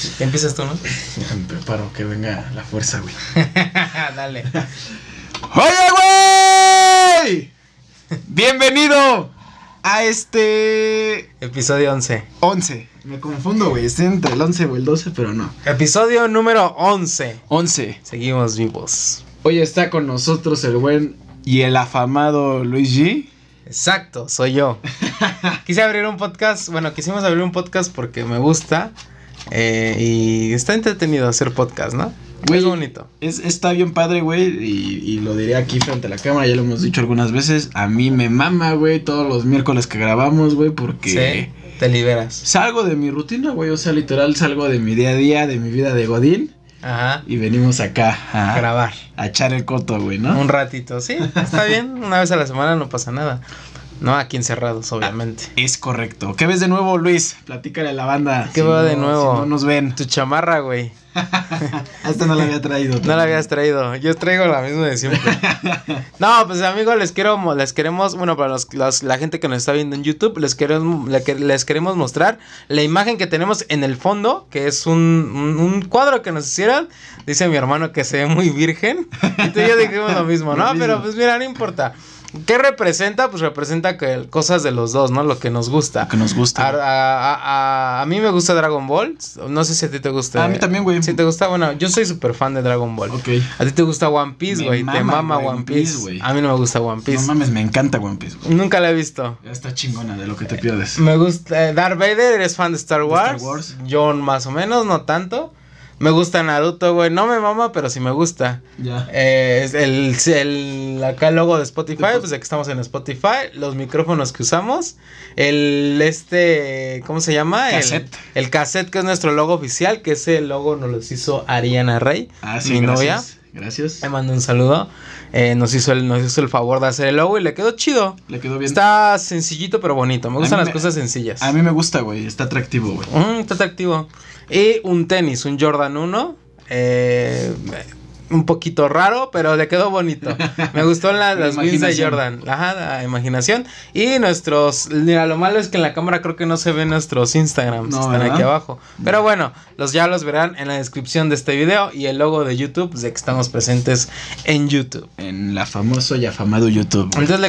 Empiezas tú, ¿no? Me preparo que venga la fuerza, güey. Dale. ¡Oye, güey! Bienvenido a este... Episodio 11. 11. Me confundo, güey. Estoy entre el 11 o el 12, pero no. Episodio número 11. 11. Seguimos vivos. Hoy está con nosotros el buen y el afamado Luis G. Exacto, soy yo. Quisimos abrir un podcast porque me gusta. Y está entretenido hacer podcast, ¿no? Güey, es bonito. Está bien padre, güey, y lo diré aquí frente a la cámara, ya lo hemos dicho algunas veces. A mí me mama, güey, todos los miércoles que grabamos, güey, porque... Sí, te liberas. Salgo de mi rutina, güey, o sea, literal salgo de mi día a día, de mi vida de godín. Ajá. Y venimos acá a grabar. A echar el coto, güey, ¿no? Un ratito, sí, está bien. Una vez a la semana no pasa nada. No aquí encerrados, obviamente. Es correcto. ¿Qué ves de nuevo, Luis? Platícale a la banda. ¿Qué veo de nuevo? Si no nos ven. Tu chamarra, güey. Esta no la había traído. No la habías traído. Yo traigo la misma de siempre. No, pues amigos, les queremos, bueno, para la gente que nos está viendo en YouTube, les queremos mostrar la imagen que tenemos en el fondo, que es un cuadro que nos hicieron. Dice mi hermano que se ve muy virgen. Y tú y yo dijimos lo mismo, ¿no? Pero pues mira, no importa. ¿Qué representa? Pues representa que cosas de los dos, ¿no? Lo que nos gusta. Lo que nos gusta. A mí me gusta Dragon Ball. No sé si a ti te gusta. A mí también, güey. Si te gusta, bueno, yo soy súper fan de Dragon Ball. Ok. A ti te gusta One Piece, güey. Te mama güey, One Piece, güey. A mí no me gusta One Piece. No mames, me encanta One Piece, güey. Nunca la he visto. Ya está chingona de lo que te pierdes. Me gusta Darth Vader, ¿eres fan de Star Wars? Star Wars. Yo más o menos, no tanto. Me gusta Naruto, güey. No me mama, pero sí me gusta. Ya. Acá el logo de Spotify, pues de que estamos en Spotify. Los micrófonos que usamos. ¿Cómo se llama? Cassette. El cassette, que es nuestro logo oficial. Que ese logo nos los hizo Ariana Rey. Ah, sí, mi novia. Gracias. Me mandó un saludo. Nos hizo el favor de hacer el logo y le quedó chido. Le quedó bien. Está sencillito, pero bonito. Me gustan las cosas sencillas. A mí me gusta, güey. Está atractivo, güey. Está atractivo. Y un tenis, un Jordan 1. Un poquito raro, pero le quedó bonito. Me gustó las wins de Jordan. Ajá, la imaginación. Y mira, lo malo es que en la cámara creo que no se ven nuestros Instagrams. No, están ¿verdad? aquí abajo. Pero bueno, ya los verán en la descripción de este video. Y el logo de YouTube, de que estamos presentes en YouTube. En la famoso y afamado YouTube, güey. Entonces le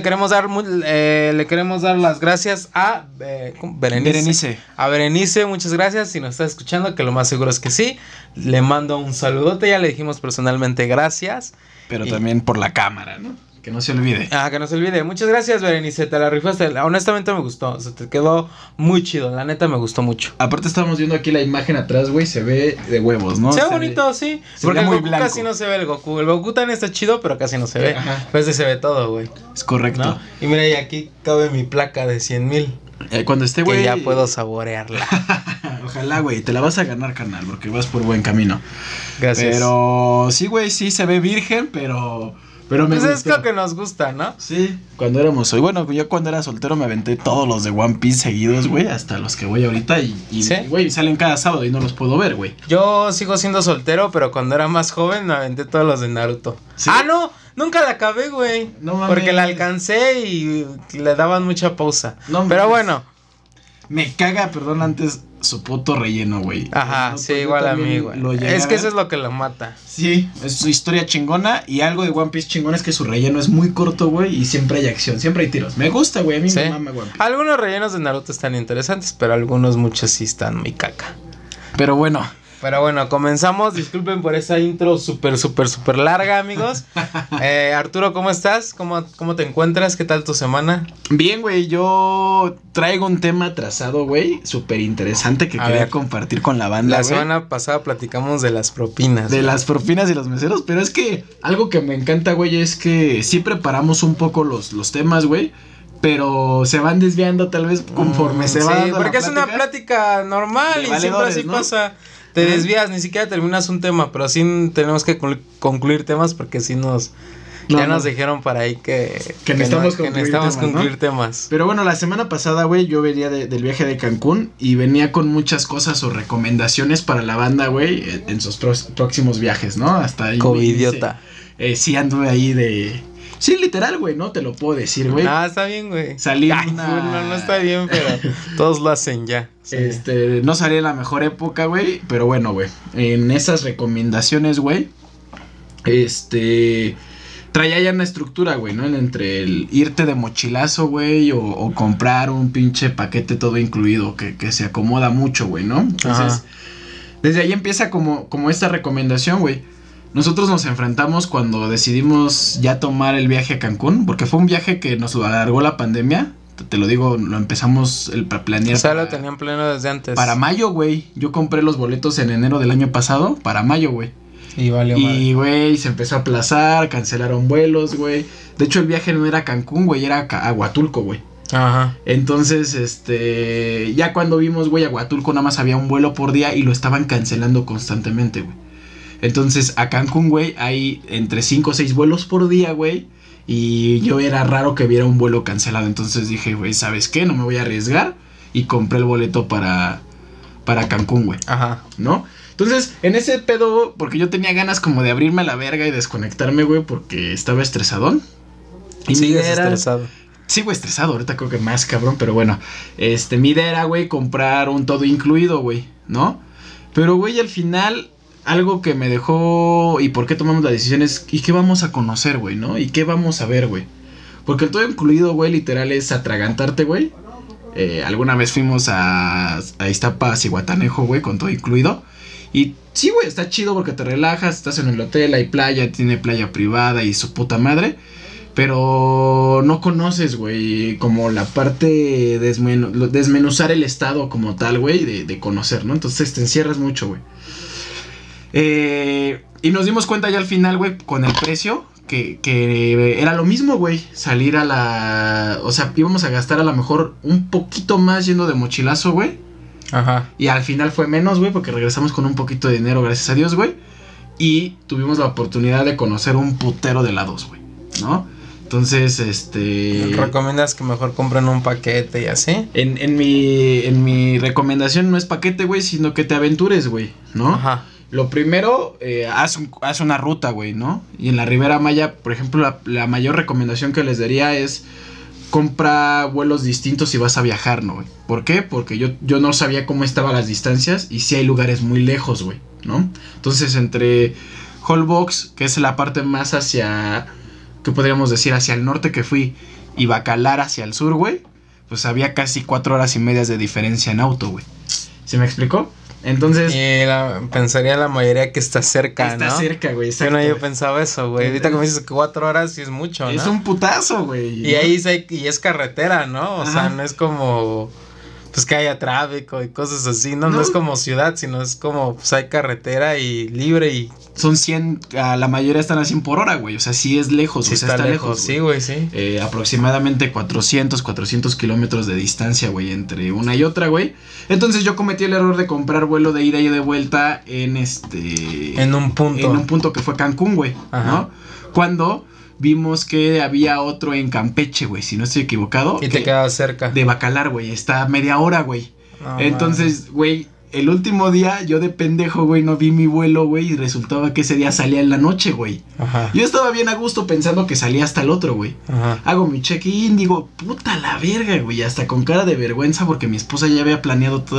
queremos dar las gracias a Berenice. A Berenice, muchas gracias. Si nos está escuchando, que lo más seguro es que sí. Le mando un saludote, ya le dijimos personalmente gracias. Pero también por la cámara, ¿no? Que no se olvide. Que no se olvide. Muchas gracias, Berenice, te la rifaste. Honestamente me gustó, se te quedó muy chido, la neta me gustó mucho. Aparte estábamos viendo aquí la imagen atrás, güey, se ve de huevos, ¿no? Se ve bonito, sí. Porque el muy Goku blanco. casi no se ve el Goku. El Goku también está chido, pero casi no se ve. Ajá. Pues se ve todo, güey. Es correcto. ¿No? Y mira, y aquí cabe mi placa de 100,000. Cuando esté, güey. Que ya puedo saborearla. Ojalá, güey, te la vas a ganar, carnal, porque vas por buen camino. Gracias. Pero sí, güey, sí se ve virgen, pero me pues gustó. es lo que nos gusta, ¿no? Sí, cuando éramos hoy. Bueno, yo cuando era soltero me aventé todos los de One Piece seguidos, güey, hasta los que voy ahorita y ¿Sí? güey, salen cada sábado y no los puedo ver, güey. Yo sigo siendo soltero, pero cuando era más joven me aventé todos los de Naruto. ¿Sí? No, nunca la acabé, güey. No mames. Porque la alcancé y le daban mucha pausa. No pero mames. bueno. Me caga, perdón, antes su puto relleno, güey. Ajá, No, sí, yo igual a también mí, güey. lo llegué Es a que ver. eso es lo que lo mata. Sí, es su historia chingona y algo de One Piece chingón es que su relleno es muy corto, güey, y siempre hay acción, siempre hay tiros. Me gusta, güey, a mí Sí. me mama One Piece. Algunos rellenos de Naruto están interesantes, pero muchos sí están muy caca. Pero bueno, comenzamos. Disculpen por esa intro súper larga, amigos. Arturo, ¿cómo estás? ¿Cómo te encuentras? ¿Qué tal tu semana? bien, güey, yo traigo un tema trazado, güey, súper interesante que A quería ver. compartir con la banda, La güey. semana pasada platicamos de las propinas. De las propinas y los meseros, pero es que algo que me encanta, güey, es que sí preparamos un poco los temas, güey. Pero se van desviando tal vez conforme se va Sí, dando la porque es una plática normal de y siempre valedores, así ¿no? pasa. Te desvías, ni siquiera terminas un tema, pero sí tenemos que concluir temas porque sí nos dijeron para ahí que necesitamos concluir temas. Pero bueno, la semana pasada, güey, yo venía del viaje de Cancún y venía con muchas cosas o recomendaciones para la banda, güey, en sus próximos viajes, ¿no? Hasta ahí. Covidiota. Sí, anduve ahí de Sí, literal, güey, no te lo puedo decir, güey. Ah, está bien, güey. Salí Ay, no está bien, pero todos lo hacen ya. Sí. No salí en la mejor época, güey, pero bueno, güey, en esas recomendaciones, güey, traía ya una estructura, güey, ¿no? Entre el irte de mochilazo, güey, o comprar un pinche paquete todo incluido, que se acomoda mucho, güey, ¿no? Entonces, desde ahí empieza como esta recomendación, güey. Nosotros nos enfrentamos cuando decidimos ya tomar el viaje a Cancún, porque fue un viaje que nos lo alargó la pandemia. Te lo digo, lo empezamos a planear. O sea, lo tenían pleno desde antes. Para mayo, güey. Yo compré los boletos en enero del año pasado, para mayo, güey. Y valió madre. Y, güey, se empezó a aplazar, cancelaron vuelos, güey. De hecho, el viaje no era a Cancún, güey, era a Huatulco, güey. Ajá. Entonces, ya cuando vimos, güey, a Huatulco nada más había un vuelo por día y lo estaban cancelando constantemente, güey. Entonces, a Cancún, güey, hay entre 5 o 6 vuelos por día, güey. Y yo era raro que viera un vuelo cancelado. Entonces dije, güey, ¿sabes qué? No me voy a arriesgar. Y compré el boleto para Cancún, güey. Ajá. ¿No? Entonces, en ese pedo, porque yo tenía ganas como de abrirme a la verga y desconectarme, güey, porque estaba estresadón. Y sí, estresado. Sigo estresado, ahorita creo que más, cabrón, pero bueno. Mi idea era, güey, comprar un todo incluido, güey, ¿no? Pero, güey, al final, algo que me dejó y por qué tomamos la decisión es, ¿y qué vamos a conocer, güey, no? ¿Y qué vamos a ver, güey? Porque el todo incluido, güey, literal es atragantarte, güey. Alguna vez fuimos a Iztapa, Zihuatanejo, güey, con todo incluido. Y sí, güey, está chido porque te relajas, estás en el hotel, hay playa, tiene playa privada y su puta madre. Pero no conoces, güey, como la parte desmenuzar el estado como tal, güey, de conocer, ¿no? Entonces te encierras mucho, güey. Y nos dimos cuenta ya al final, güey, con el precio, que era lo mismo, güey, salir o sea, íbamos a gastar a lo mejor un poquito más yendo de mochilazo, güey. Ajá. Y al final fue menos, güey, porque regresamos con un poquito de dinero, gracias a Dios, güey. Y tuvimos la oportunidad de conocer un putero de lados, güey, ¿no? Entonces, ¿recomiendas que mejor compren un paquete y así? En mi recomendación no es paquete, güey, sino que te aventures, güey, ¿no? Ajá. Lo primero, haz una ruta, güey, ¿no? Y en la Ribera Maya, por ejemplo, la mayor recomendación que les daría es compra vuelos distintos si vas a viajar, ¿no, güey? ¿Por qué? Porque yo no sabía cómo estaban las distancias y sí hay lugares muy lejos, güey, ¿no? Entonces, entre Holbox, que es la parte más hacia, ¿qué podríamos decir? Hacia el norte que fui, y Bacalar hacia el sur, güey, pues había casi 4 horas y media de diferencia en auto, güey. ¿Se me explicó? Entonces, pensaría la mayoría que está cerca, ¿no? Está cerca, güey, exacto. Yo pensaba eso, güey. Ahorita que me dices que 4 horas sí es mucho, ¿no? Es un putazo, güey. Y ahí es carretera, ¿no? O Ajá. sea, no es como, pues que haya tráfico y cosas así, ¿no? No es como ciudad, sino es como, pues hay carretera y libre y... Son 100, la mayoría están a 100 por hora, güey. O sea, sí es lejos, sí, o sea, está lejos. Sí, güey, sí. Aproximadamente 400 kilómetros de distancia, güey, entre una y otra, güey. Entonces yo cometí el error de comprar vuelo de ida y de vuelta en En un punto. En un punto que fue Cancún, güey, ¿no? Cuando vimos que había otro en Campeche, güey, si no estoy equivocado. Y te quedaba cerca. De Bacalar, güey, está a media hora, güey. No, entonces, güey, el último día yo de pendejo, güey, no vi mi vuelo, güey, y resultaba que ese día salía en la noche, güey. Ajá. Yo estaba bien a gusto pensando que salía hasta el otro, güey. Ajá. Hago mi check-in, digo, puta la verga, güey, hasta con cara de vergüenza porque mi esposa ya había planeado toda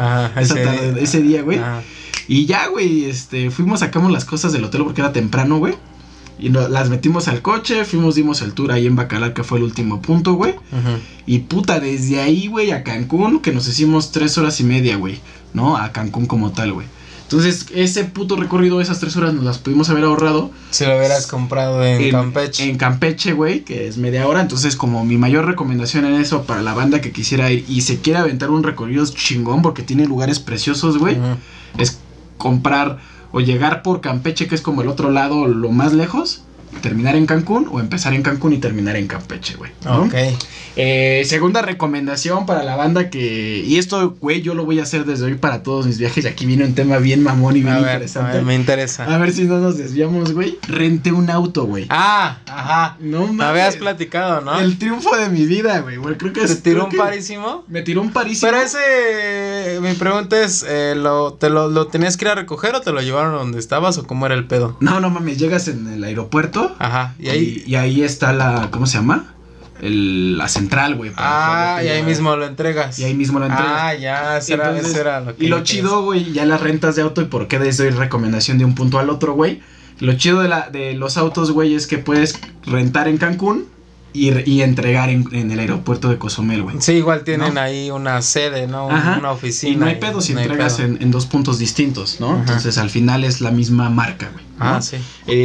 ese día, güey. Y ya, güey, fuimos, sacamos las cosas del hotel porque era temprano, güey. Y las metimos al coche, dimos el tour ahí en Bacalar, que fue el último punto, güey. Uh-huh. Y puta, desde ahí, güey, a Cancún, que nos hicimos 3 horas y media, güey, ¿no? A Cancún como tal, güey. Entonces, ese puto recorrido, esas 3 horas nos las pudimos haber ahorrado. Si lo hubieras comprado en Campeche. En Campeche, güey, que es media hora. Entonces, como mi mayor recomendación en eso para la banda que quisiera ir y se quiere aventar un recorrido chingón porque tiene lugares preciosos, güey, uh-huh, es comprar o llegar por Campeche, que es como el otro lado, lo más lejos, terminar en Cancún o empezar en Cancún y terminar en Campeche, güey, ¿no? Ok. Segunda recomendación para la banda que... Y esto, güey, yo lo voy a hacer desde hoy para todos mis viajes. Y aquí viene un tema bien mamón y bien interesante. A ver, me interesa. A ver si no nos desviamos, güey. Renté un auto, güey. Ah, ajá. No mames. Me habías platicado, ¿no? El triunfo de mi vida, güey. Creo que ¿Te tiró un parísimo? Me tiró un parísimo. Pero ese... Mi pregunta es, ¿lo tenías que ir a recoger o te lo llevaron a donde estabas o cómo era el pedo? No mames, llegas en el aeropuerto, aeropuerto. Ajá. Y ahí está la, ¿cómo se llama? La central, güey. Y ahí mismo lo entregas. Y ahí mismo lo entregas. Ya, eso era lo que... Y lo chido, güey, ya las rentas de auto, y por qué les doy recomendación de un punto al otro, güey. Lo chido de los autos, güey, es que puedes rentar en Cancún y entregar en el aeropuerto de Cozumel, güey. Sí, igual tienen ahí una sede, ¿no? Ajá. Una oficina. Y no hay pedo si entregas en dos puntos distintos, ¿no? Ajá. Entonces al final es la misma marca, güey, ¿no? Sí.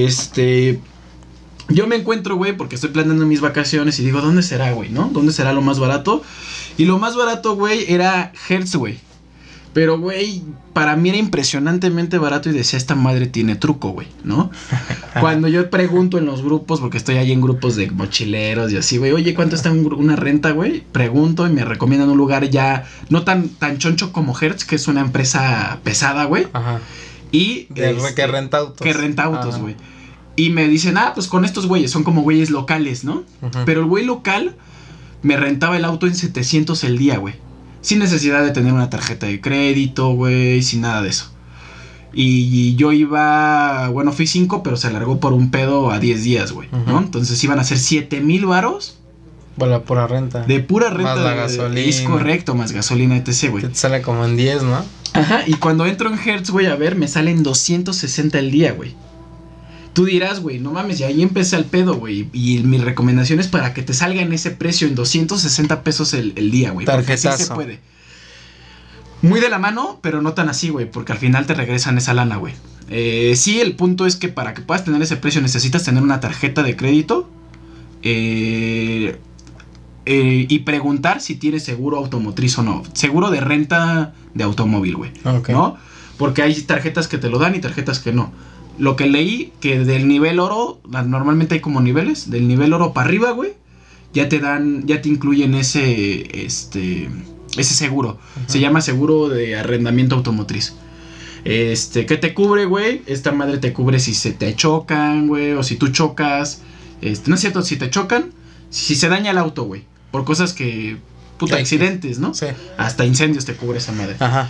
Yo me encuentro, güey, porque estoy planeando mis vacaciones y digo, ¿dónde será, güey, no? ¿Dónde será lo más barato? Y lo más barato, güey, era Hertz, güey. Pero, güey, para mí era impresionantemente barato y decía, esta madre tiene truco, güey, ¿no? Cuando yo pregunto en los grupos, porque estoy ahí en grupos de mochileros y así, güey, oye, ¿cuánto está una renta, güey? Pregunto y me recomiendan un lugar ya no tan choncho como Hertz, que es una empresa pesada, güey. Ajá. Y que renta autos. Que renta autos, güey. Y me dicen, pues con estos güeyes, son como güeyes locales, ¿no? Uh-huh. Pero el güey local me rentaba el auto en 700 el día, güey. Sin necesidad de tener una tarjeta de crédito, güey, sin nada de eso. Y yo iba, bueno, fui 5, pero se alargó por un pedo a 10 días, güey, ¿no? Entonces iban a ser 7,000 varos. Por la pura renta. De pura renta. Más la gasolina. Es correcto, más gasolina, etc, güey. Te sale como en 10, ¿no? Ajá, y cuando entro en Hertz, güey, a ver, me salen 260 el día, güey. Tú dirás, güey, no mames, y ahí empecé al pedo, güey. Y mi recomendación es para que te salga en ese precio, en 260 pesos el día, güey. Tarjetazo. Porque así se puede. Muy de la mano, pero no tan así, güey, porque al final te regresan esa lana, güey. Sí, el punto es que para que puedas tener ese precio necesitas tener una tarjeta de crédito. Y preguntar si tienes seguro automotriz o no. Seguro de renta de automóvil, güey. Okay. ¿No? Porque hay tarjetas que te lo dan y tarjetas que no. Lo que leí, que del nivel oro, normalmente hay como niveles, del nivel oro para arriba, güey, ya te incluyen ese seguro. Uh-huh. Se llama seguro de arrendamiento automotriz. ¿Qué te cubre, güey? Esta madre te cubre si se te chocan, güey, o si tú chocas. No es cierto, si te chocan, si se daña el auto, güey, por cosas que... Puta, accidentes, ¿no? Sí. Hasta incendios te cubre esa madre. Ajá.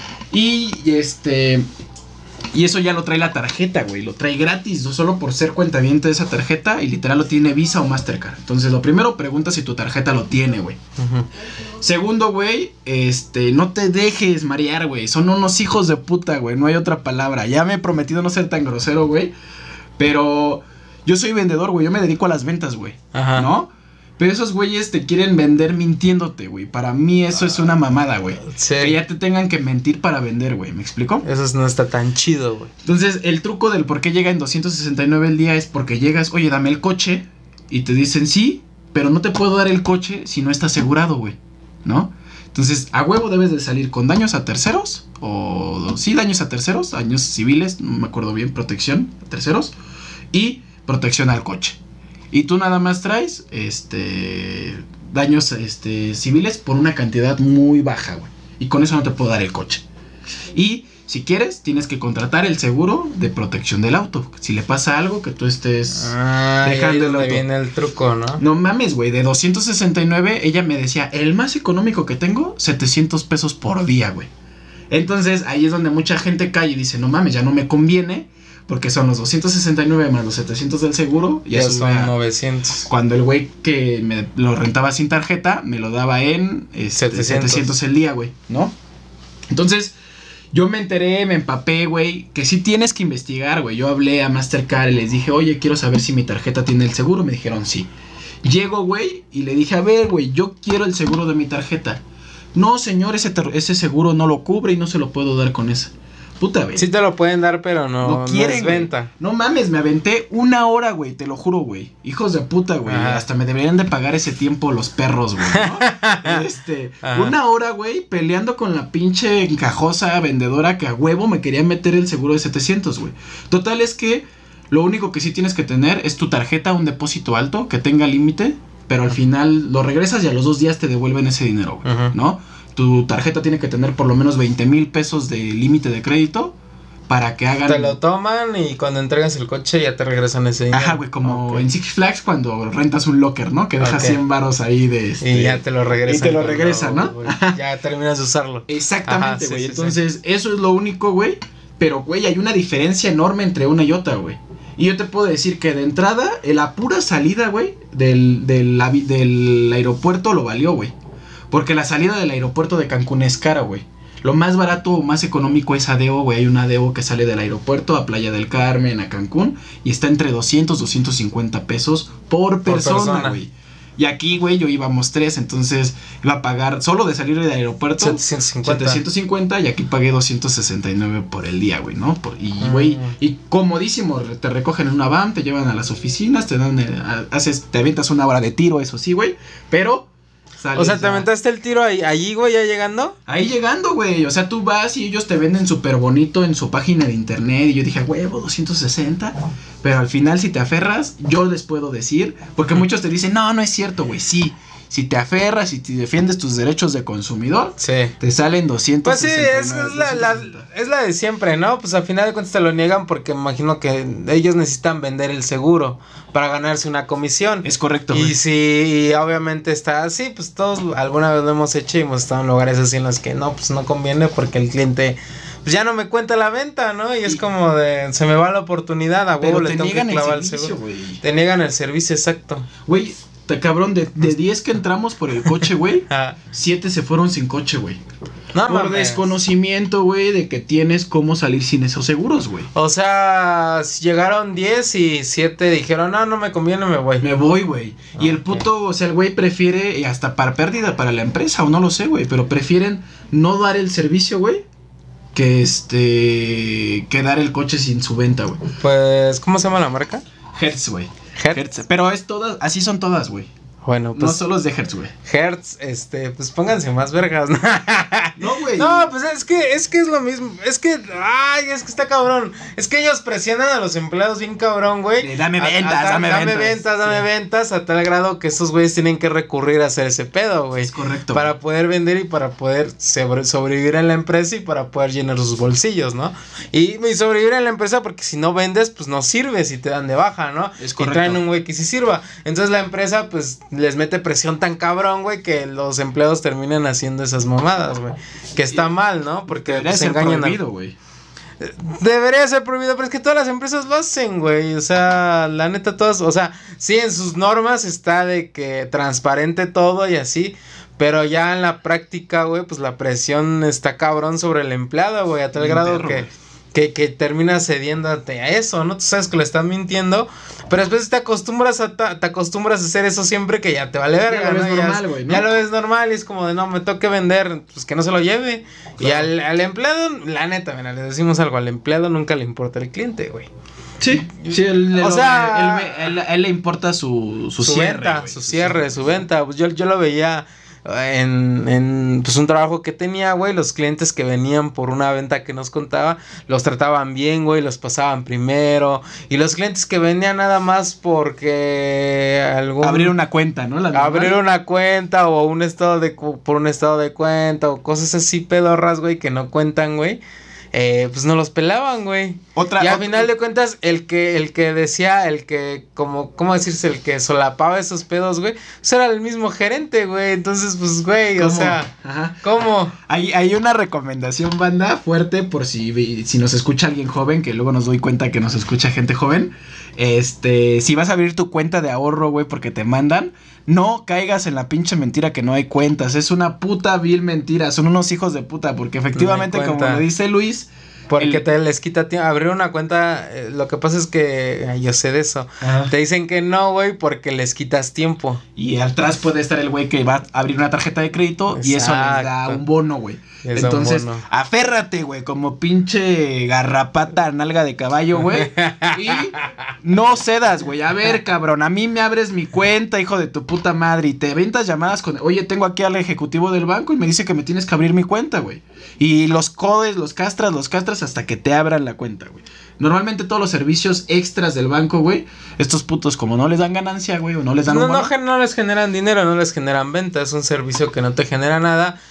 Y eso ya lo trae la tarjeta, güey. Lo trae gratis, no solo por ser cuentaviente de esa tarjeta. Y literal lo tiene Visa o Mastercard. Entonces, lo primero, pregunta si tu tarjeta lo tiene, güey. Uh-huh. Segundo, güey, no te dejes marear, güey. Son unos hijos de puta, güey. No hay otra palabra. Ya me he prometido no ser tan grosero, güey. Pero yo soy vendedor, güey. Yo me dedico a las ventas, güey. Ajá. ¿No? Pero esos güeyes te quieren vender mintiéndote, güey. Para mí eso es una mamada, güey. Sí. Que ya te tengan que mentir para vender, güey. ¿Me explico? Eso no está tan chido, güey. Entonces, el truco del por qué llega en 269 el día es porque llegas, oye, dame el coche. Y te dicen, sí, pero no te puedo dar el coche si no está asegurado, güey. ¿No? Entonces, a huevo debes de salir con daños a terceros. Sí, daños a terceros. Daños civiles, no me acuerdo bien. Protección a terceros. Y protección al coche. Y tú nada más traes daños civiles por una cantidad muy baja, güey. Y con eso no te puedo dar el coche. Y si quieres, tienes que contratar el seguro de protección del auto. Si le pasa algo, que tú estés dejando el auto. Viene el truco, ¿no? No mames, güey. De 269, ella me decía, el más económico que tengo, 700 pesos por día, güey. Entonces, ahí es donde mucha gente cae y dice, no mames, ya no me conviene. Porque son los 269 más los 700 del seguro. Ya son 900. Cuando el güey que me lo rentaba sin tarjeta me lo daba en 700 el día, güey, ¿no? Entonces, yo me enteré, me empapé, güey, que sí tienes que investigar, güey. Yo hablé a Mastercard y les dije, oye, quiero saber si mi tarjeta tiene el seguro. Me dijeron sí. Llego, güey, y le dije, a ver, güey, yo quiero el seguro de mi tarjeta. No, señor, ese seguro no lo cubre y no se lo puedo dar con ese. Puta, güey. Sí te lo pueden dar, pero no es venta. Wey. No mames, me aventé 1 hora, güey, te lo juro, güey. Hijos de puta, güey. Hasta me deberían de pagar ese tiempo los perros, güey, ¿no? 1 hora, güey, peleando con la pinche encajosa vendedora que a huevo me quería meter el seguro de 700, güey. Total es que lo único que sí tienes que tener es tu tarjeta, un depósito alto, que tenga límite, pero al final lo regresas y a los 2 días te devuelven ese dinero, güey, ¿no? Tu tarjeta tiene que tener por lo menos 20,000 pesos de límite de crédito para que hagan... Te lo toman y cuando entregas el coche ya te regresan ese dinero. Ajá, güey, como en Six Flags cuando rentas un locker, ¿no? Que dejas 100 varos ahí de Y ya te lo regresan. Y te lo regresan, ¿no? Ya terminas de usarlo. Exactamente, güey. Entonces, eso es lo único, güey. Pero, güey, hay una diferencia enorme entre una y otra, güey. Y yo te puedo decir que de entrada, la pura salida, güey, del aeropuerto lo valió, güey. Porque la salida del aeropuerto de Cancún es cara, güey. Lo más barato o más económico es ADO, güey. Hay un ADO que sale del aeropuerto a Playa del Carmen, a Cancún. Y está entre 200, 250 pesos por persona, güey. Y aquí, güey, yo íbamos 3, entonces iba a pagar, solo de salir del aeropuerto, 750 y aquí pagué 269 por el día, güey, ¿no? Güey, y comodísimo, te recogen en una van, te llevan a las oficinas, te dan, te avientas una hora de tiro, eso sí, güey, pero... O sea, ¿te aventaste el tiro allí, güey, ya llegando? Ahí llegando, güey, o sea, tú vas y ellos te venden súper bonito en su página de internet. Y yo dije, huevo, 260. Pero al final, si te aferras, yo les puedo decir, porque muchos te dicen, no es cierto, güey, sí. Si te aferras y te defiendes tus derechos de consumidor, sí, te salen 200. Pues sí, es la de siempre, ¿no? Pues al final de cuentas te lo niegan porque imagino que ellos necesitan vender el seguro para ganarse una comisión. Es correcto. Y si obviamente está así, pues todos alguna vez lo hemos hecho y hemos estado en lugares así en los que no, pues no conviene porque el cliente... Pues ya no me cuenta la venta, ¿no? Y es como de, se me va la oportunidad, a huevo le tengo que clavar el seguro. Te niegan el servicio, exacto. Güey, cabrón, de 10 que entramos por el coche, güey, 7 se fueron sin coche, güey. No, por desconocimiento, güey, de que tienes cómo salir sin esos seguros, güey. O sea, llegaron 10 y 7 dijeron, no me conviene, me voy. Me voy, güey. Y el puto, o sea, el güey prefiere, y hasta para pérdida para la empresa, o no lo sé, güey, pero prefieren no dar el servicio, güey, que dar el coche sin su venta, güey. Pues, ¿cómo se llama la marca? Hertz, güey. Hertz. Pero es todas, así son todas, güey. Bueno, pues. No solo es de Hertz, güey. Hertz, pues pónganse más vergas. No, güey. No, pues es que es lo mismo. Es que está cabrón. Es que ellos presionan a los empleados bien cabrón, güey. Dame ventas, a tal grado que esos güeyes tienen que recurrir a hacer ese pedo, güey. Es correcto. Para poder vender y para poder sobrevivir en la empresa y para poder llenar sus bolsillos, ¿no? Y sobrevivir en la empresa porque si no vendes, pues no sirves y te dan de baja, ¿no? Es correcto. Y traen un güey que sí sirva. Entonces la empresa, pues, les mete presión tan cabrón, güey, que los empleados terminan haciendo esas mamadas, güey. Que está mal, ¿no? Porque debería ser prohibido, güey. Debería ser prohibido, pero es que todas las empresas lo hacen, güey. O sea, la neta, todas, o sea, sí, en sus normas está de que transparente todo y así. Pero ya en la práctica, güey, pues la presión está cabrón sobre el empleado, güey, a tal grado que termina cediéndote a eso, ¿no? Tú sabes que lo están mintiendo, pero después te acostumbras a hacer eso siempre que ya te vale verga, ya lo ves normal, güey, ¿no? Ya lo ves normal y es como de, no, me toque vender, pues que no se lo lleve. Claro. Y al empleado, la neta, mira, le decimos algo, al empleado nunca le importa el cliente, güey. Sí, él le importa su cierre, venta, güey, su cierre, su venta. Pues yo lo veía en pues un trabajo que tenía, güey. Los clientes que venían por una venta que nos contaba, los trataban bien, güey, los pasaban primero. Y los clientes que venían nada más porque abrir una cuenta, ¿no? Abrir una cuenta o por un estado de cuenta o cosas así pedorras, güey, que no cuentan, güey. Pues no los pelaban, güey. Y al final de cuentas, el que decía, ¿cómo decirse? El que solapaba esos pedos, güey, pues era el mismo gerente, güey. Entonces, pues, güey, ¿cómo? O sea, ajá. ¿Cómo? Hay una recomendación, banda, fuerte, por si nos escucha alguien joven, que luego nos doy cuenta que nos escucha gente joven. Si vas a abrir tu cuenta de ahorro, güey, porque te mandan, no caigas en la pinche mentira que no hay cuentas. Es una puta vil mentira. Son unos hijos de puta. Porque efectivamente, no como lo dice Luis, porque les quita tiempo. Abrir una cuenta, lo que pasa es que yo sé de eso. Ajá. Te dicen que no, güey, porque les quitas tiempo. Y atrás puede estar el güey que va a abrir una tarjeta de crédito. Exacto. Y eso les da un bono, güey. Entonces, aférrate, güey, como pinche garrapata nalga de caballo, güey. Y no cedas, güey. A ver, cabrón, a mí me abres mi cuenta, hijo de tu puta madre. Y te aventas llamadas oye, tengo aquí al ejecutivo del banco y me dice que me tienes que abrir mi cuenta, güey. Y los castras hasta que te abran la cuenta, güey. Normalmente todos los servicios extras del banco, güey, estos putos como no les dan ganancia, güey, o no les dan no les generan dinero, no les generan venta, es un servicio que no te genera nada,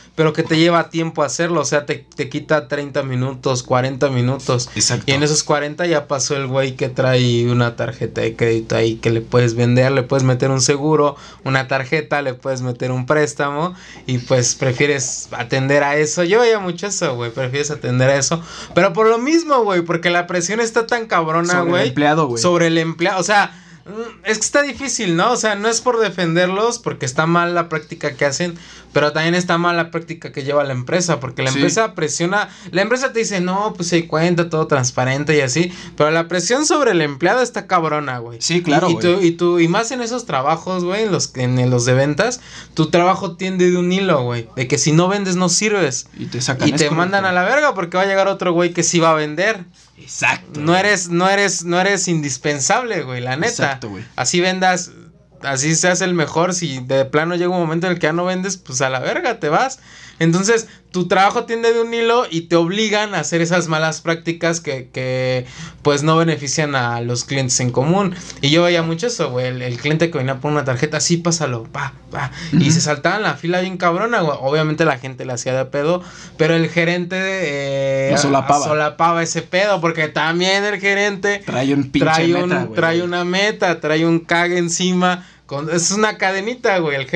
pero que te lleva tiempo hacerlo, o sea, te quita 30 minutos, 40 minutos. Exacto. Y en esos 40 ya pasó el güey que trae una tarjeta de crédito ahí que le puedes vender, le puedes meter un seguro, una tarjeta, le puedes meter un préstamo y pues prefieres atender a eso. Yo veía mucho eso, güey, prefieres atender a eso, pero por lo mismo, güey, porque la presión está tan cabrona, güey. Sobre el empleado, güey. Sobre el empleado, o sea, es que está difícil, ¿no? O sea, no es por defenderlos, porque está mal la práctica que hacen, pero también está mal la práctica que lleva la empresa, porque la empresa presiona, la empresa te dice, no, pues hay cuenta, todo transparente y así, pero la presión sobre el empleado está cabrona, güey. Sí, claro, y más en esos trabajos, güey, en los de ventas, tu trabajo tiende de un hilo, güey, de que si no vendes no sirves. Y te sacan. Y te mandan a la verga porque va a llegar otro güey que sí va a vender. Exacto. No eres indispensable, güey, la neta. Exacto, güey. Así vendas, así seas el mejor, si de plano llega un momento en el que ya no vendes, pues a la verga te vas. Entonces, tu trabajo tiende de un hilo y te obligan a hacer esas malas prácticas que pues no benefician a los clientes en común. Y yo veía mucho eso, güey, el cliente que venía por una tarjeta, sí, pásalo, pa. Y se saltaban la fila bien cabrona, güey. Obviamente la gente le hacía de pedo, pero el gerente solapaba ese pedo, porque también el gerente trae un pinche meta, güey. Trae una meta, trae un cague encima. Es una cadenita, güey. El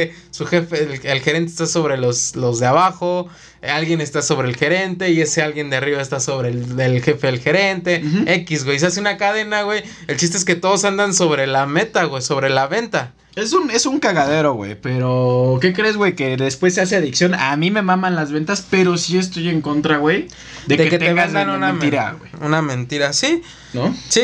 gerente está sobre los de abajo, alguien está sobre el gerente y ese alguien de arriba está sobre el jefe del gerente. X, güey. Se hace una cadena, güey. El chiste es que todos andan sobre la meta, güey, sobre la venta. Es un cagadero, güey, pero ¿qué crees, güey? Que después se hace adicción. A mí me maman las ventas, pero sí estoy en contra, güey, de que te vendan una mentira, güey. Una mentira, ¿sí? ¿No? Sí,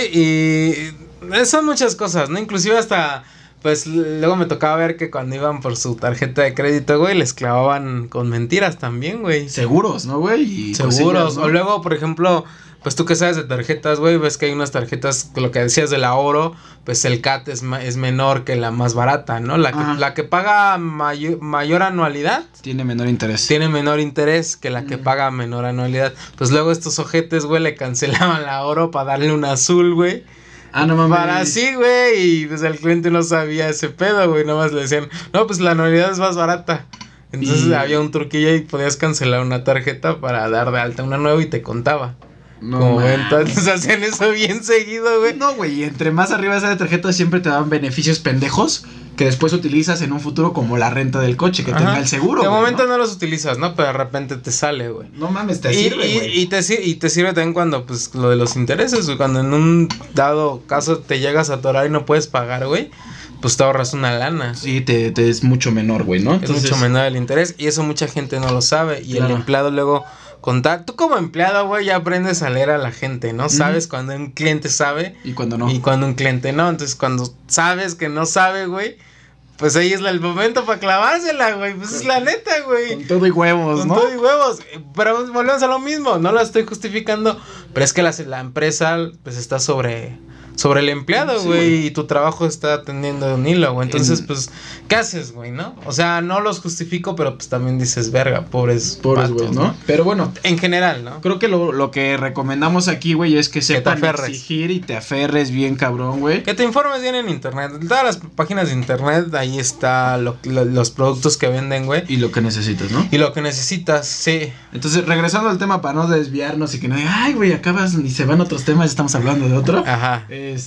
y son muchas cosas, ¿no? Inclusive hasta... Pues luego me tocaba ver que cuando iban por su tarjeta de crédito, güey, les clavaban con mentiras también, güey. Seguros, ¿no, güey? Seguros, ¿no? O luego, por ejemplo, pues tú que sabes de tarjetas, güey, ves que hay unas tarjetas, lo que decías de la Oro, pues el CAT es menor que la más barata, ¿no? La que paga mayor anualidad. Tiene menor interés. Tiene menor interés que la que paga menor anualidad. Pues luego estos ojetes, güey, le cancelaban la Oro para darle un azul, güey. Ah, no mames. Para así, güey, y pues el cliente no sabía ese pedo, güey, nomás le decían, no, pues la anualidad es más barata. Entonces había un truquillo y podías cancelar una tarjeta para dar de alta una nueva y te contaba. No, como entonces hacían eso bien seguido, güey. No, güey, entre más arriba de esa tarjeta siempre te dan beneficios pendejos que después utilizas en un futuro como la renta del coche, que tenga el seguro. De momento no los utilizas, ¿no? Pero de repente te sale, güey. No mames, te sirve, güey. Y te sirve también cuando, pues, lo de los intereses, güey. Cuando en un dado caso te llegas a atorar y no puedes pagar, güey, pues te ahorras una lana. Sí, te es mucho menor, güey, ¿no? Entonces, es mucho menor el interés y eso mucha gente no lo sabe. Y el empleado luego... Tú como empleado, güey, ya aprendes a leer a la gente, ¿no? Sabes cuando un cliente sabe. Y cuando no. Y cuando un cliente no. Entonces, cuando sabes que no sabe, güey, pues ahí es el momento para clavársela, güey. Pues es la neta, güey. Con todo y huevos, ¿no? Con todo y huevos. Pero volvemos a lo mismo. No lo estoy justificando. Pero es que la empresa, pues, está sobre el empleado, güey, y tu trabajo está tendiendo de un hilo, güey. Entonces, pues, ¿qué haces, güey, no? O sea, no los justifico, pero pues también dices, verga, pobres güey, ¿no? Pero bueno, en general, ¿no? Creo que lo que recomendamos aquí, güey, es que sepan exigir y te aferres bien, cabrón, güey. Que te informes bien en internet. En todas las páginas de internet, ahí está los productos que venden, güey. Y lo que necesitas, ¿no? Y lo que necesitas, sí. Entonces, regresando al tema para no desviarnos y que no digan, ay, güey, acabas y se van otros temas, estamos hablando de otro. Ajá.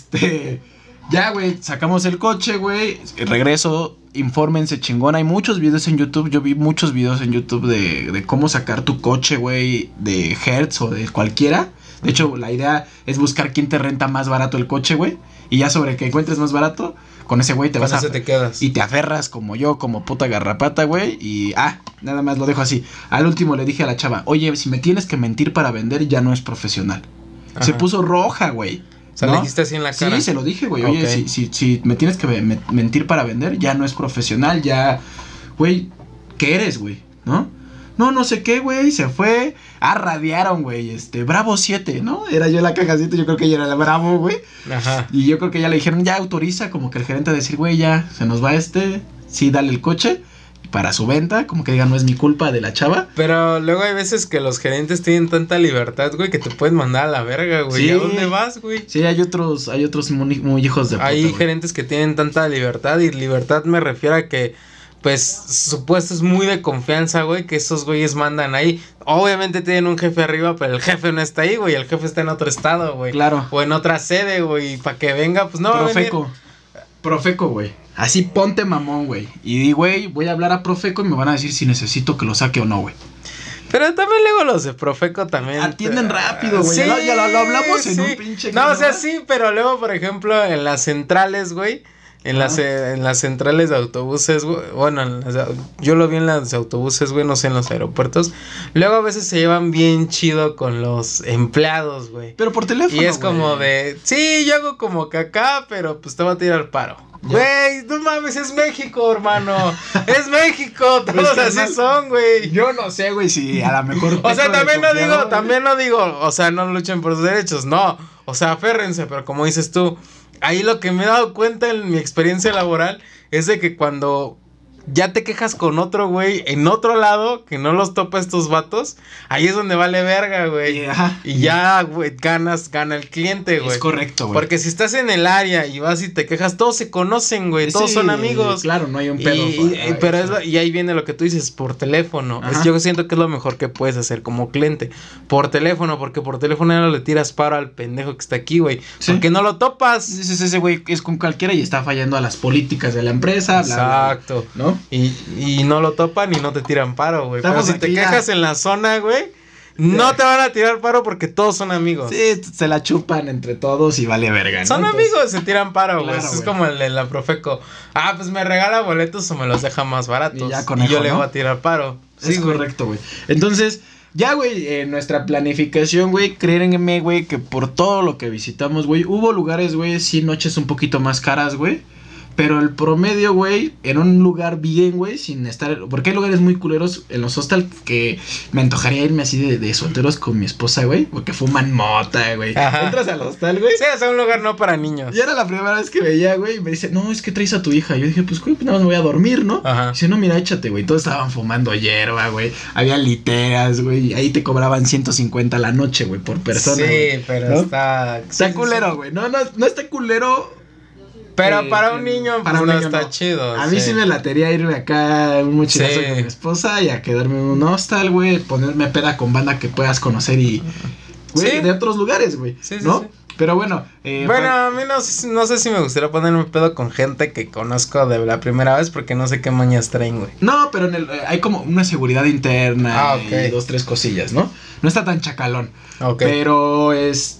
Ya, güey, sacamos el coche, güey. Regreso, infórmense chingón. Hay muchos videos en YouTube. Yo vi muchos videos en YouTube de cómo sacar tu coche, güey, de Hertz o de cualquiera. De hecho, la idea es buscar quién te renta más barato el coche, güey. Y ya sobre que encuentres más barato, con ese güey te vas a... te quedas. Y te aferras como yo, como puta garrapata, güey. Y, nada más lo dejo así. Al último le dije a la chava, oye, si me tienes que mentir para vender, ya no es profesional. Ajá. Se puso roja, güey. O sea, ¿no? Le dijiste así en la cara. Sí, se lo dije, güey. Oye, si me tienes que mentir para vender, ya no es profesional, ya... Güey, ¿qué eres, güey? ¿No? No sé qué, güey, se fue. Radiaron, güey, Bravo 7, ¿no? Era yo la caja 7, yo creo que ella era la Bravo, güey. Ajá. Y yo creo que ya le dijeron, ya autoriza, como que el gerente a decir, güey, ya, se nos va sí, dale el coche para su venta, como que diga, no es mi culpa de la chava. Pero luego hay veces que los gerentes tienen tanta libertad, güey, que te pueden mandar a la verga, güey. Sí. ¿A dónde vas, güey? Sí, hay otros muy hijos de puta, hay güey. Gerentes que tienen tanta libertad, y libertad me refiero a que pues su puesto es muy de confianza, güey, que esos güeyes mandan ahí. Obviamente tienen un jefe arriba, pero el jefe no está ahí, güey, el jefe está en otro estado, güey. Claro. O en otra sede, güey, y para que venga, pues no va a venir. Profeco, güey. Así ponte mamón, güey. Y di, güey, voy a hablar a Profeco y me van a decir si necesito que lo saque o no, güey. Pero también luego los de Profeco también. Atienden rápido, güey. Sí, ya lo hablamos en sí. un pinche. No, o sea, sí, pero luego, por ejemplo, en las centrales, güey. En las centrales de autobuses, güey. Bueno, yo lo vi en las de autobuses, güey, no sé, en los aeropuertos. Luego a veces se llevan bien chido con los empleados, güey. Pero por teléfono, y es como de, sí, yo hago como que acá, pero pues te voy a tirar paro. Güey, no mames, es México, hermano. Es México, todos así son, güey. Yo no sé, güey, si a lo mejor. O sea, también no digo, o sea, no luchen por sus derechos, no. O sea, aférrense, pero como dices tú, ahí lo que me he dado cuenta en mi experiencia laboral es de que cuando ya te quejas con otro güey en otro lado que no los topa estos vatos, ahí es donde vale verga, güey. Y ya, güey, gana el cliente, güey. Es correcto, güey. Porque si estás en el área y vas y te quejas, todos se conocen, güey, todos son amigos. Claro, no hay un pedo. Y ahí viene lo que tú dices, por teléfono. Yo siento que es lo mejor que puedes hacer como cliente. Por teléfono, porque por teléfono ya no le tiras paro al pendejo que está aquí, güey. ¿Sí? Porque no lo topas. Ese güey es con cualquiera y está fallando a las políticas de la empresa. Exacto. Bla, bla, ¿no? Y no lo topan y no te tiran paro, güey. Pero si te quejas en la zona, güey, no te van a tirar paro porque todos son amigos. Sí, se la chupan entre todos y vale verga, ¿no? Son amigos, se tiran paro, güey. Claro, es como el de la Profeco. Ah, pues me regala boletos o me los deja más baratos. Y yo le voy a tirar paro. Sí, es correcto, güey. Entonces, ya, güey, nuestra planificación, güey, créanme, güey, que por todo lo que visitamos, güey, hubo lugares, güey, sí, noches un poquito más caras, güey. Pero el promedio, güey, en un lugar bien, güey, sin estar... Porque hay lugares muy culeros en los hostels que me antojaría irme así de solteros con mi esposa, güey. Porque fuman mota, güey. Entras al hostal, güey. Sí, es un lugar no para niños. Y era la primera vez que veía, güey, y me dice, no, es que traes a tu hija. Yo dije, pues, güey, pues nada más me voy a dormir, ¿no? Dice, no, mira, échate, güey. Todos estaban fumando hierba, güey. Había literas, güey. Y ahí te cobraban 150 la noche, güey, por persona. Sí, wey, pero ¿no? Está culero, güey. No está culero. Pero para un niño, pues no está chido. A mí sí me latería irme acá un mochilazo con mi esposa y a quedarme en un hostal, güey. Ponerme peda con banda que puedas conocer y, güey, de otros lugares, güey. ¿No? Sí. Pero bueno. A mí no sé si me gustaría ponerme pedo con gente que conozco de la primera vez porque no sé qué mañas traen, güey. No, pero hay como una seguridad interna y 2, 3 cosillas, ¿no? No está tan chacalón. Pero